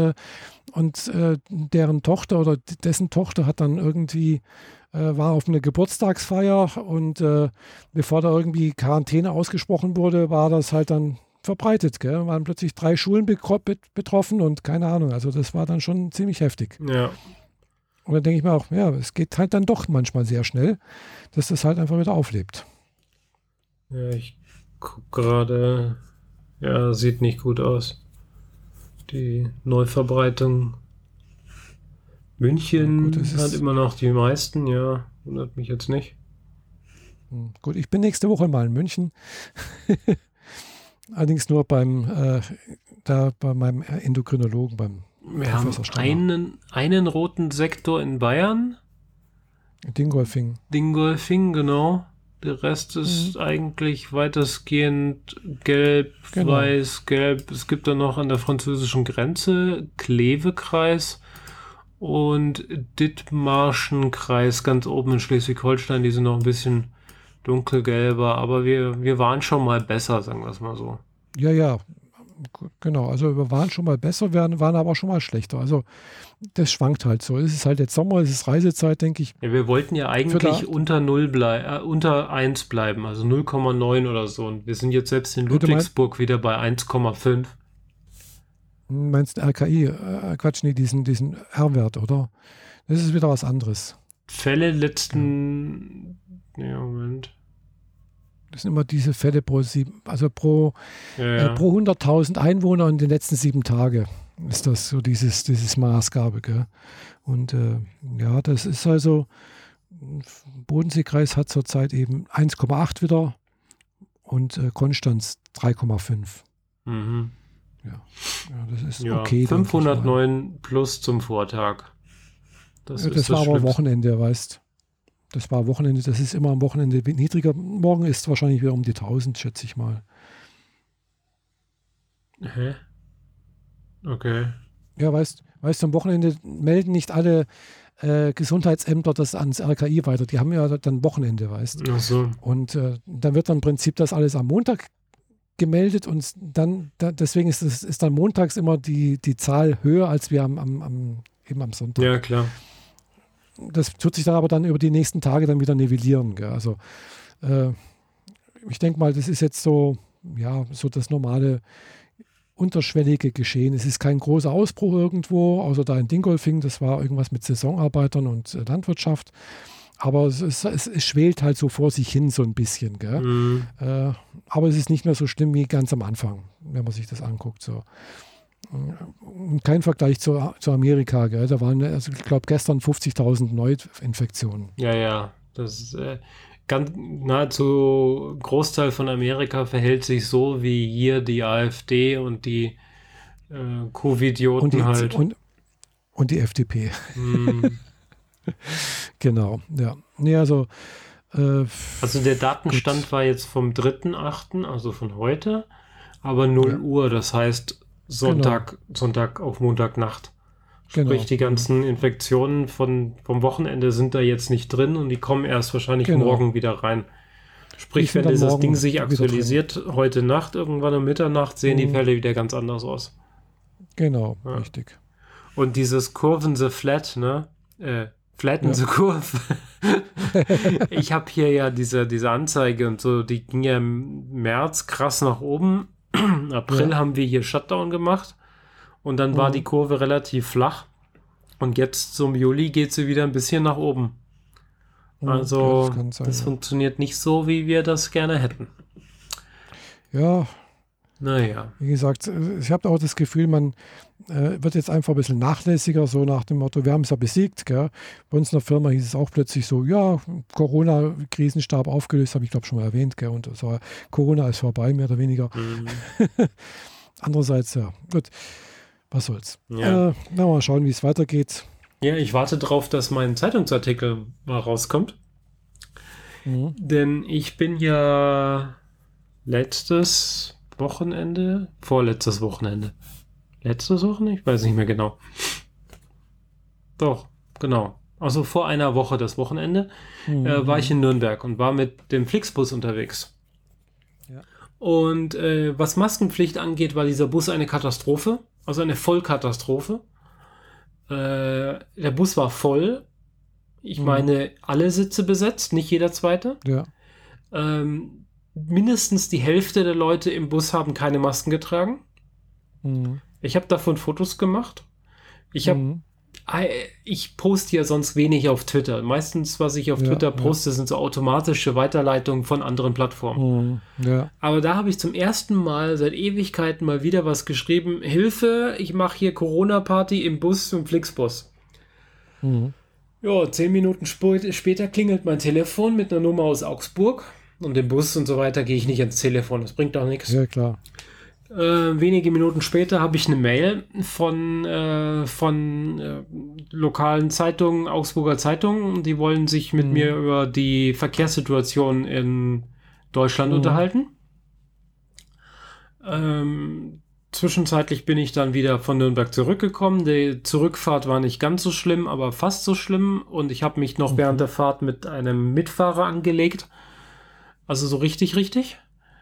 deren Tochter oder dessen Tochter hat dann irgendwie war auf einer Geburtstagsfeier und bevor da irgendwie Quarantäne ausgesprochen wurde, war das halt dann verbreitet. Gell? Waren plötzlich 3 Schulen betroffen und keine Ahnung. Also das war dann schon ziemlich heftig. Ja. Und dann denke ich mir auch, ja, es geht halt dann doch manchmal sehr schnell, dass das halt einfach wieder auflebt. Ja, ich gucke gerade. Ja, sieht nicht gut aus. Die Neuverbreitung. München hat immer noch die meisten, ja. Wundert mich jetzt nicht. Gut, ich bin nächste Woche mal in München. Allerdings nur bei meinem Endokrinologen, Wir haben einen roten Sektor in Bayern. Dingolfing, genau. Der Rest ist eigentlich weitestgehend gelb, weiß, gelb. Es gibt dann noch an der französischen Grenze Kleve-Kreis und Dithmarschen-Kreis ganz oben in Schleswig-Holstein. Die sind noch ein bisschen dunkelgelber, aber wir waren schon mal besser, sagen wir es mal so. Ja, genau. Also wir waren schon mal besser, waren aber auch schon mal schlechter. Also das schwankt halt so. Es ist halt jetzt Sommer, es ist Reisezeit, denke ich. Ja, wir wollten ja eigentlich unter 1 bleiben, also 0,9 oder so. Und wir sind jetzt selbst in Ludwigsburg wieder bei 1,5. Meinst du RKI? Quatsch, nee, diesen R-Wert, oder? Das ist wieder was anderes. Fälle letzten... Ja, Moment. Das sind immer diese Fälle pro 100.000 Einwohner in den letzten 7 Tagen ist das so dieses Maßgabe. Gell? Und ja, das ist also, Bodenseekreis hat zurzeit eben 1,8 wieder und Konstanz 3,5. Mhm. Ja, das ist okay. 509 plus zum Vortag. Das war aber Wochenende, weißt. Das war Wochenende, das ist immer am Wochenende niedriger. Morgen ist es wahrscheinlich wieder um die 1000, schätze ich mal. Hä? Okay. Ja, weißt am Wochenende melden nicht alle Gesundheitsämter das ans RKI weiter. Die haben ja dann Wochenende, weißt du. Ach so. Und dann wird dann im Prinzip das alles am Montag gemeldet und dann deswegen ist dann montags immer die Zahl höher als wir eben am Sonntag. Ja, klar. Das tut sich dann aber dann über die nächsten Tage dann wieder nivellieren. Gell? Also ich denke mal, das ist jetzt so das normale unterschwellige Geschehen. Es ist kein großer Ausbruch irgendwo, außer da in Dingolfing. Das war irgendwas mit Saisonarbeitern und Landwirtschaft. Aber es schwelt halt so vor sich hin so ein bisschen. Gell? Mhm. Aber es ist nicht mehr so schlimm wie ganz am Anfang, wenn man sich das anguckt. So. Kein Vergleich zu Amerika. Gell? Da waren, also ich glaube, gestern 50.000 Neuinfektionen. Ja. Das ist nahezu Großteil von Amerika verhält sich so wie hier die AfD und die Covidioten halt. Und die FDP. Genau, ja. Nee, also der Datenstand war jetzt vom 3.8., also von heute, aber 0 Uhr, das heißt Sonntag auf Montagnacht. Sprich, die ganzen Infektionen vom Wochenende sind da jetzt nicht drin und die kommen erst wahrscheinlich morgen wieder rein. Sprich, wenn dieses Ding sich aktualisiert, heute Nacht, irgendwann um Mitternacht, sehen die Fälle wieder ganz anders aus. Genau, richtig. Und dieses Kurven the Flat, ne? Flatten the Curve. Ich habe hier ja diese Anzeige und so, die ging ja im März krass nach oben. Im April haben wir hier Shutdown gemacht und dann war die Kurve relativ flach. Und jetzt zum Juli geht sie wieder ein bisschen nach oben. Also das funktioniert nicht so, wie wir das gerne hätten. Ja. Naja. Wie gesagt, ich habe auch das Gefühl, man wird jetzt einfach ein bisschen nachlässiger, so nach dem Motto, wir haben es ja besiegt. Gell? Bei uns in der Firma hieß es auch plötzlich so, ja, Corona-Krisenstab aufgelöst, habe ich glaube schon mal erwähnt. Gell? Und so, Corona ist vorbei, mehr oder weniger. Andererseits, ja, gut, was soll's. Ja. Mal schauen, wie es weitergeht. Ja, ich warte drauf, dass mein Zeitungsartikel mal rauskommt. Denn ich bin ja vorletztes Wochenende? Letztes Wochenende? Ich weiß nicht mehr genau. Doch, genau. Also vor einer Woche das Wochenende war ich in Nürnberg und war mit dem Flixbus unterwegs. Ja. Und was Maskenpflicht angeht, war dieser Bus eine Katastrophe. Also eine Vollkatastrophe. Der Bus war voll. Ich meine, alle Sitze besetzt, nicht jeder zweite. Ja. Mindestens die Hälfte der Leute im Bus haben keine Masken getragen. Ich habe davon Fotos gemacht. Ich poste ja sonst wenig auf Twitter. Meistens, was ich auf Twitter poste, sind so automatische Weiterleitungen von anderen Plattformen. Ja. Aber da habe ich zum ersten Mal seit Ewigkeiten mal wieder was geschrieben. Hilfe, ich mache hier Corona-Party im Bus im Flixbus. Ja, 10 Minuten später klingelt mein Telefon mit einer Nummer aus Augsburg. Und im Bus und so weiter gehe ich nicht ans Telefon. Das bringt auch nichts. Ja, klar. Wenige Minuten später habe ich eine Mail von lokalen Zeitungen, Augsburger Zeitungen. Die wollen sich mit mir über die Verkehrssituation in Deutschland unterhalten. Zwischenzeitlich bin ich dann wieder von Nürnberg zurückgekommen. Die Zurückfahrt war nicht ganz so schlimm, aber fast so schlimm. Und ich habe mich noch während der Fahrt mit einem Mitfahrer angelegt. Also so richtig.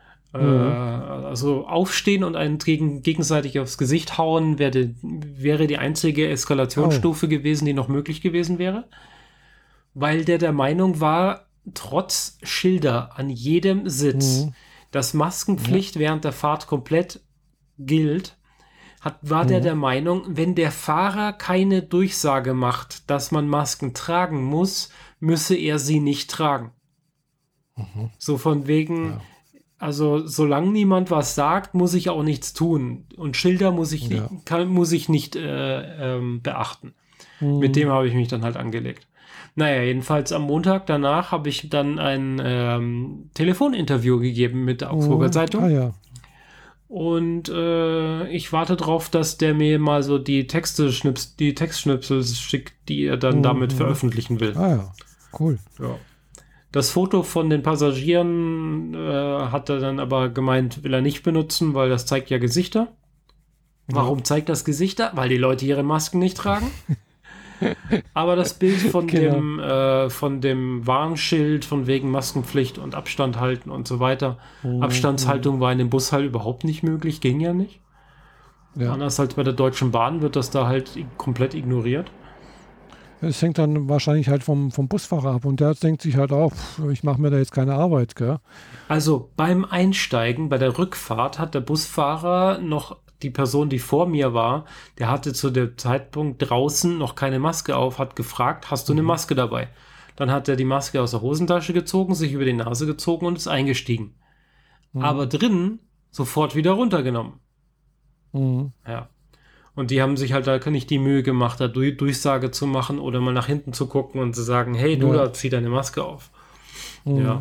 Also aufstehen und einen gegenseitig aufs Gesicht hauen wäre die einzige Eskalationsstufe gewesen, die noch möglich gewesen wäre. Weil der Meinung war, trotz Schilder an jedem Sitz, dass Maskenpflicht während der Fahrt komplett gilt, war der Meinung, wenn der Fahrer keine Durchsage macht, dass man Masken tragen muss, müsse er sie nicht tragen. So von wegen, also solange niemand was sagt, muss ich auch nichts tun. Und Schilder muss ich nicht beachten. Mit dem habe ich mich dann halt angelegt. Naja, jedenfalls am Montag danach habe ich dann ein Telefoninterview gegeben mit der Augsburger Zeitung. Und ich warte drauf, dass der mir mal so die Textschnipsel schickt, die er dann damit veröffentlichen will. Cool. Ja. Das Foto von den Passagieren hat er dann aber gemeint, will er nicht benutzen, weil das zeigt ja Gesichter. Warum zeigt das Gesichter? Weil die Leute ihre Masken nicht tragen. Aber das Bild von dem Warnschild von wegen Maskenpflicht und Abstand halten und so weiter. Abstandshaltung war in dem Bus halt überhaupt nicht möglich, ging ja nicht. Anders als bei der Deutschen Bahn wird das da halt komplett ignoriert. Es hängt dann wahrscheinlich halt vom Busfahrer ab und der denkt sich halt auch, ich mache mir da jetzt keine Arbeit, gell? Also beim Einsteigen, bei der Rückfahrt hat der Busfahrer noch die Person, die vor mir war, der hatte zu dem Zeitpunkt draußen noch keine Maske auf, hat gefragt, hast du eine Maske dabei? Dann hat er die Maske aus der Hosentasche gezogen, sich über die Nase gezogen und ist eingestiegen. Aber drinnen sofort wieder runtergenommen. Ja. Und die haben sich halt da nicht die Mühe gemacht, da Durchsage zu machen oder mal nach hinten zu gucken und zu sagen, hey, du da, zieh deine Maske auf. Ja.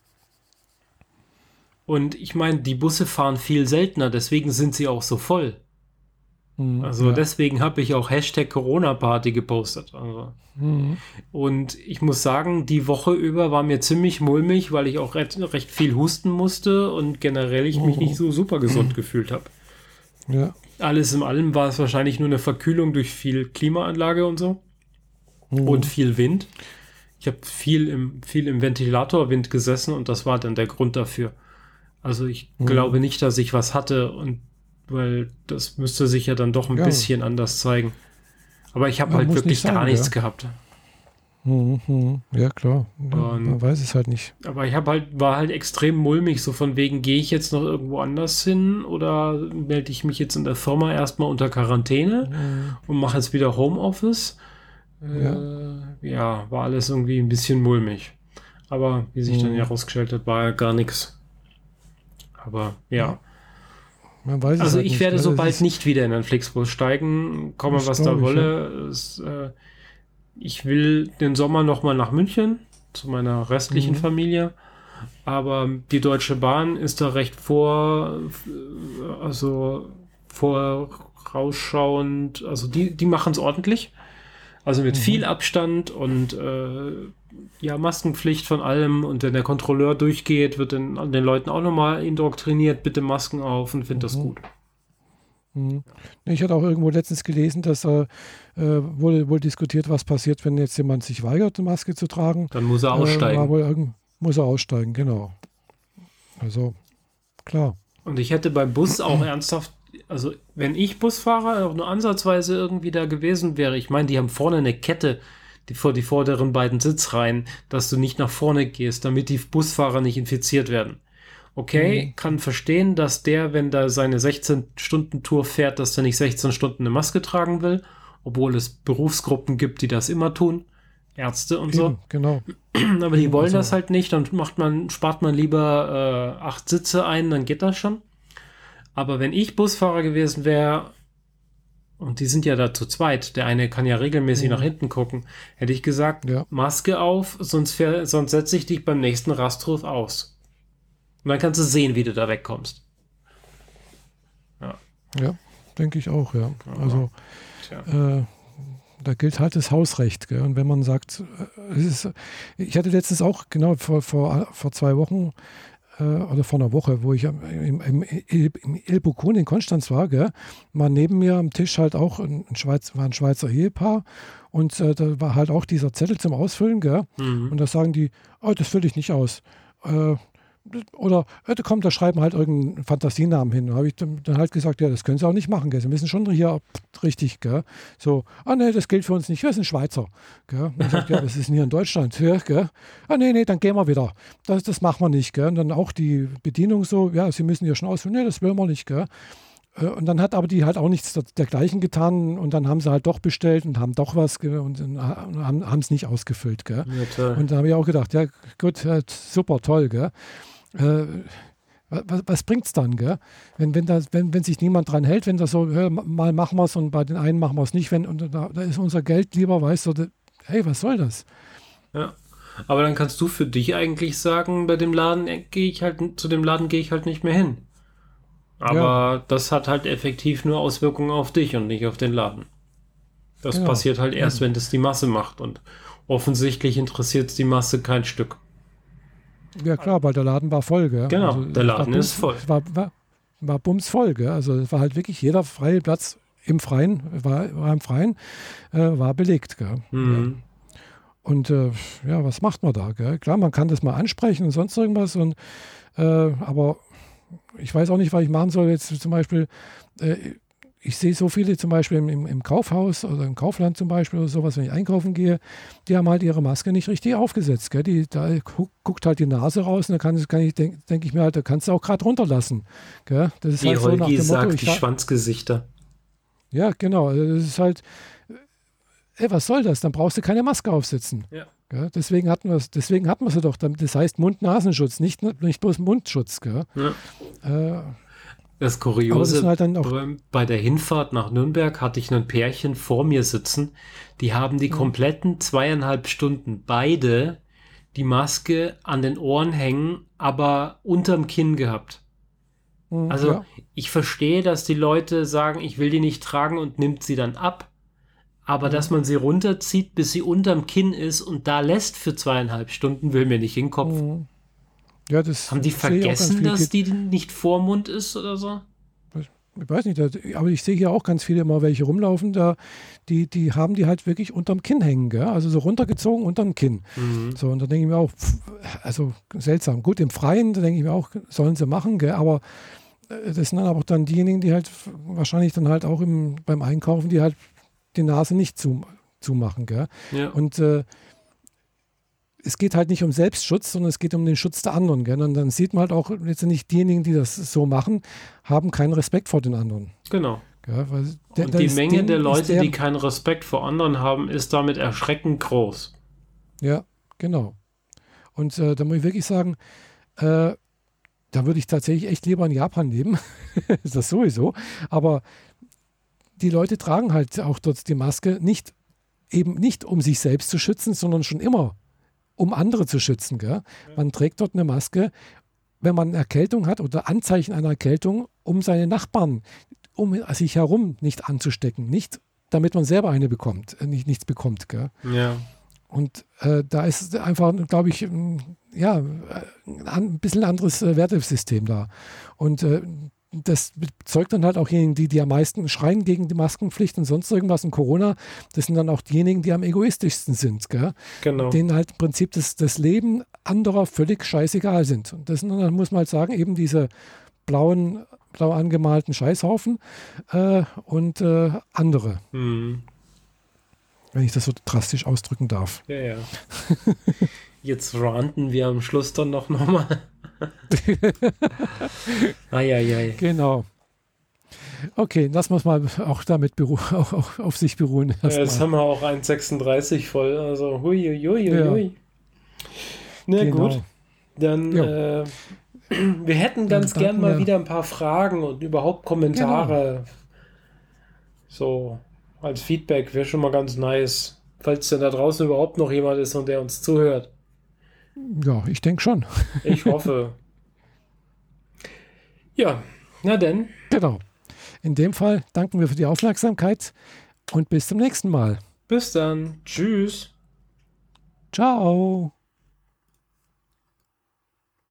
Und ich meine, die Busse fahren viel seltener, deswegen sind sie auch so voll. Also deswegen habe ich auch Hashtag Corona-Party gepostet. Also. Und ich muss sagen, die Woche über war mir ziemlich mulmig, weil ich auch recht viel husten musste und generell ich mich nicht so super gesund gefühlt habe. Ja. Alles in allem war es wahrscheinlich nur eine Verkühlung durch viel Klimaanlage und so. Und viel Wind. Ich habe viel im Ventilatorwind gesessen und das war dann der Grund dafür. Also ich glaube nicht, dass ich was hatte, und weil das müsste sich ja dann doch ein bisschen anders zeigen. Aber ich habe halt wirklich gar nichts gehabt. Ja, klar. Man weiß es halt nicht. Aber war halt extrem mulmig, so von wegen, gehe ich jetzt noch irgendwo anders hin oder melde ich mich jetzt in der Firma erstmal unter Quarantäne und mache jetzt wieder Homeoffice? Ja, war alles irgendwie ein bisschen mulmig. Aber wie sich dann herausgestellt hat, war ja gar nichts. Aber ja. Man weiß Also es ich halt werde nicht, so bald nicht wieder in einen Flixbus steigen, komme was da wolle. Ich will den Sommer nochmal nach München zu meiner restlichen Familie, aber die Deutsche Bahn ist da recht vorausschauend, also die machen es ordentlich, also mit viel Abstand und Maskenpflicht von allem, und wenn der Kontrolleur durchgeht, wird den Leuten auch nochmal indoktriniert, bitte Masken auf, und finde das gut. Ich hatte auch irgendwo letztens gelesen, dass wohl diskutiert, was passiert, wenn jetzt jemand sich weigert, eine Maske zu tragen. Dann muss er aussteigen. Muss er aussteigen, genau. Also, klar. Und ich hätte beim Bus auch ernsthaft, also wenn ich Busfahrer auch nur ansatzweise irgendwie da gewesen wäre, ich meine, die haben vorne eine Kette, die vorderen beiden Sitzreihen, dass du nicht nach vorne gehst, damit die Busfahrer nicht infiziert werden. Okay, kann verstehen, dass der, wenn da seine 16-Stunden-Tour fährt, dass der nicht 16 Stunden eine Maske tragen will, obwohl es Berufsgruppen gibt, die das immer tun, Ärzte und so. Genau. Aber die wollen das halt nicht, dann spart man lieber 8 Sitze ein, dann geht das schon. Aber wenn ich Busfahrer gewesen wäre, und die sind ja da zu zweit, der eine kann ja regelmäßig nach hinten gucken, hätte ich gesagt, Maske auf, sonst setze ich dich beim nächsten Rastruf aus. Und dann kannst du sehen, wie du da wegkommst. Ja, denke ich auch, ja. Also da gilt halt das Hausrecht. Gell? Und wenn man sagt, ich hatte letztens auch, genau vor 2 Wochen oder vor einer Woche, wo ich im Il Boccone in Konstanz war, gell, war neben mir am Tisch halt auch ein Schweizer Ehepaar, und da war halt auch dieser Zettel zum Ausfüllen, gell? Und da sagen die, das fülle ich nicht aus. Oder komm, da schreiben halt irgendeinen Fantasienamen hin. Da habe ich dann halt gesagt, ja, das können sie auch nicht machen, gell? Sie müssen schon hier richtig, gell? So, nee, das gilt für uns nicht, wir sind Schweizer. Gell? Und ich sage, ja, das ist hier in Deutschland. Ja, gell? Nee, dann gehen wir wieder. Das machen wir nicht. Gell? Und dann auch die Bedienung so, ja, sie müssen hier schon ausfüllen. Nee, das will wir nicht. Gell? Und dann hat aber die halt auch nichts dergleichen getan, und dann haben sie halt doch bestellt und haben doch was und haben es nicht ausgefüllt. Gell? Ja, und da habe ich auch gedacht, ja gut, super, toll. Gell? Was bringt es dann, gell? Wenn sich niemand dran hält, wenn das so, mal machen wir es und bei den einen machen wir es nicht, da ist unser Geld lieber, weißt du, hey, was soll das? Ja, aber dann kannst du für dich eigentlich sagen, zu dem Laden gehe ich halt nicht mehr hin. Aber das hat halt effektiv nur Auswirkungen auf dich und nicht auf den Laden. Das passiert halt erst, wenn das die Masse macht, und offensichtlich interessiert es die Masse kein Stück. Ja klar, weil der Laden war voll, gell? Genau, also, der Laden ist voll. War bumsvoll, gell? Also es war halt wirklich jeder freie Platz im Freien, war belegt, gell? Ja. Und was macht man da, gell? Klar, man kann das mal ansprechen und sonst irgendwas, aber ich weiß auch nicht, was ich machen soll. Jetzt zum Beispiel, ich sehe so viele zum Beispiel im Kaufhaus oder im Kaufland zum Beispiel oder sowas, wenn ich einkaufen gehe, die haben halt ihre Maske nicht richtig aufgesetzt. Gell? Da guckt halt die Nase raus, und da denke ich mir halt, da kannst du auch gerade runterlassen. Gell? Das ist wie halt so nach dem dem Motto, die Schwanzgesichter. Ja, genau. Das ist halt, was soll das? Dann brauchst du keine Maske aufsetzen. Ja. Gell? Deswegen hatten wir sie doch. Das heißt Mund-Nasenschutz, nicht bloß Mundschutz. Gell? Ja. Das Kuriose, halt dann auch bei der Hinfahrt nach Nürnberg hatte ich ein Pärchen vor mir sitzen, die haben die kompletten 2,5 Stunden beide die Maske an den Ohren hängen, aber unterm Kinn gehabt. Also ich verstehe, dass die Leute sagen, ich will die nicht tragen, und nimmt sie dann ab, aber dass man sie runterzieht, bis sie unterm Kinn ist und da lässt für 2,5 Stunden, will mir nicht in den Kopf. Ja, das haben die vergessen, dass die nicht Vormund ist oder so? Ich weiß nicht, aber ich sehe hier auch ganz viele immer welche rumlaufen, die haben die halt wirklich unterm Kinn hängen, gell? Also so runtergezogen unterm Kinn. So, und da denke ich mir auch, also seltsam. Gut, im Freien, da denke ich mir auch, sollen sie machen, gell? Aber das sind dann aber dann diejenigen, die halt wahrscheinlich dann halt auch beim Einkaufen, die halt die Nase nicht zumachen, gell? Ja. Und es geht halt nicht um Selbstschutz, sondern es geht um den Schutz der anderen. Gell? Und dann sieht man halt auch letztendlich, diejenigen, die das so machen, haben keinen Respekt vor den anderen. Genau. Ja, weil und die Menge der Leute, die keinen Respekt vor anderen haben, ist damit erschreckend groß. Ja, genau. Und da muss ich wirklich sagen, da würde ich tatsächlich echt lieber in Japan leben. Ist das sowieso. Aber die Leute tragen halt auch dort die Maske eben nicht um sich selbst zu schützen, sondern schon immer um andere zu schützen. Gell? Man trägt dort eine Maske, wenn man eine Erkältung hat oder Anzeichen einer Erkältung, um seine Nachbarn um sich herum nicht anzustecken. Nicht, damit man selber eine bekommt, nichts bekommt. Gell? Ja. Und da ist einfach, glaube ich, ein bisschen anderes Wertesystem da. Und das bezeugt dann halt auch diejenigen, die am meisten schreien gegen die Maskenpflicht und sonst irgendwas in Corona. Das sind dann auch diejenigen, die am egoistischsten sind. Gell? Genau. Denen halt im Prinzip das Leben anderer völlig scheißegal sind. Und das sind dann, muss man halt sagen, eben diese blau angemalten Scheißhaufen und andere. Mhm. Wenn ich das so drastisch ausdrücken darf. Ja. Jetzt ranten wir am Schluss dann nochmal. Eieiei. Genau. Okay, lassen wir es mal auch damit auch auf sich beruhen. Jetzt haben wir auch 1,36 voll. Also huiuiuiui. Ja. Na genau. Gut. Dann wir hätten ganz gern mal wieder ein paar Fragen und überhaupt Kommentare. Genau. So als Feedback wäre schon mal ganz nice. Falls denn da draußen überhaupt noch jemand ist und der uns zuhört. Ja, ich denke schon. Ich hoffe. Ja, na denn. Genau. In dem Fall danken wir für die Aufmerksamkeit und bis zum nächsten Mal. Bis dann. Tschüss. Ciao.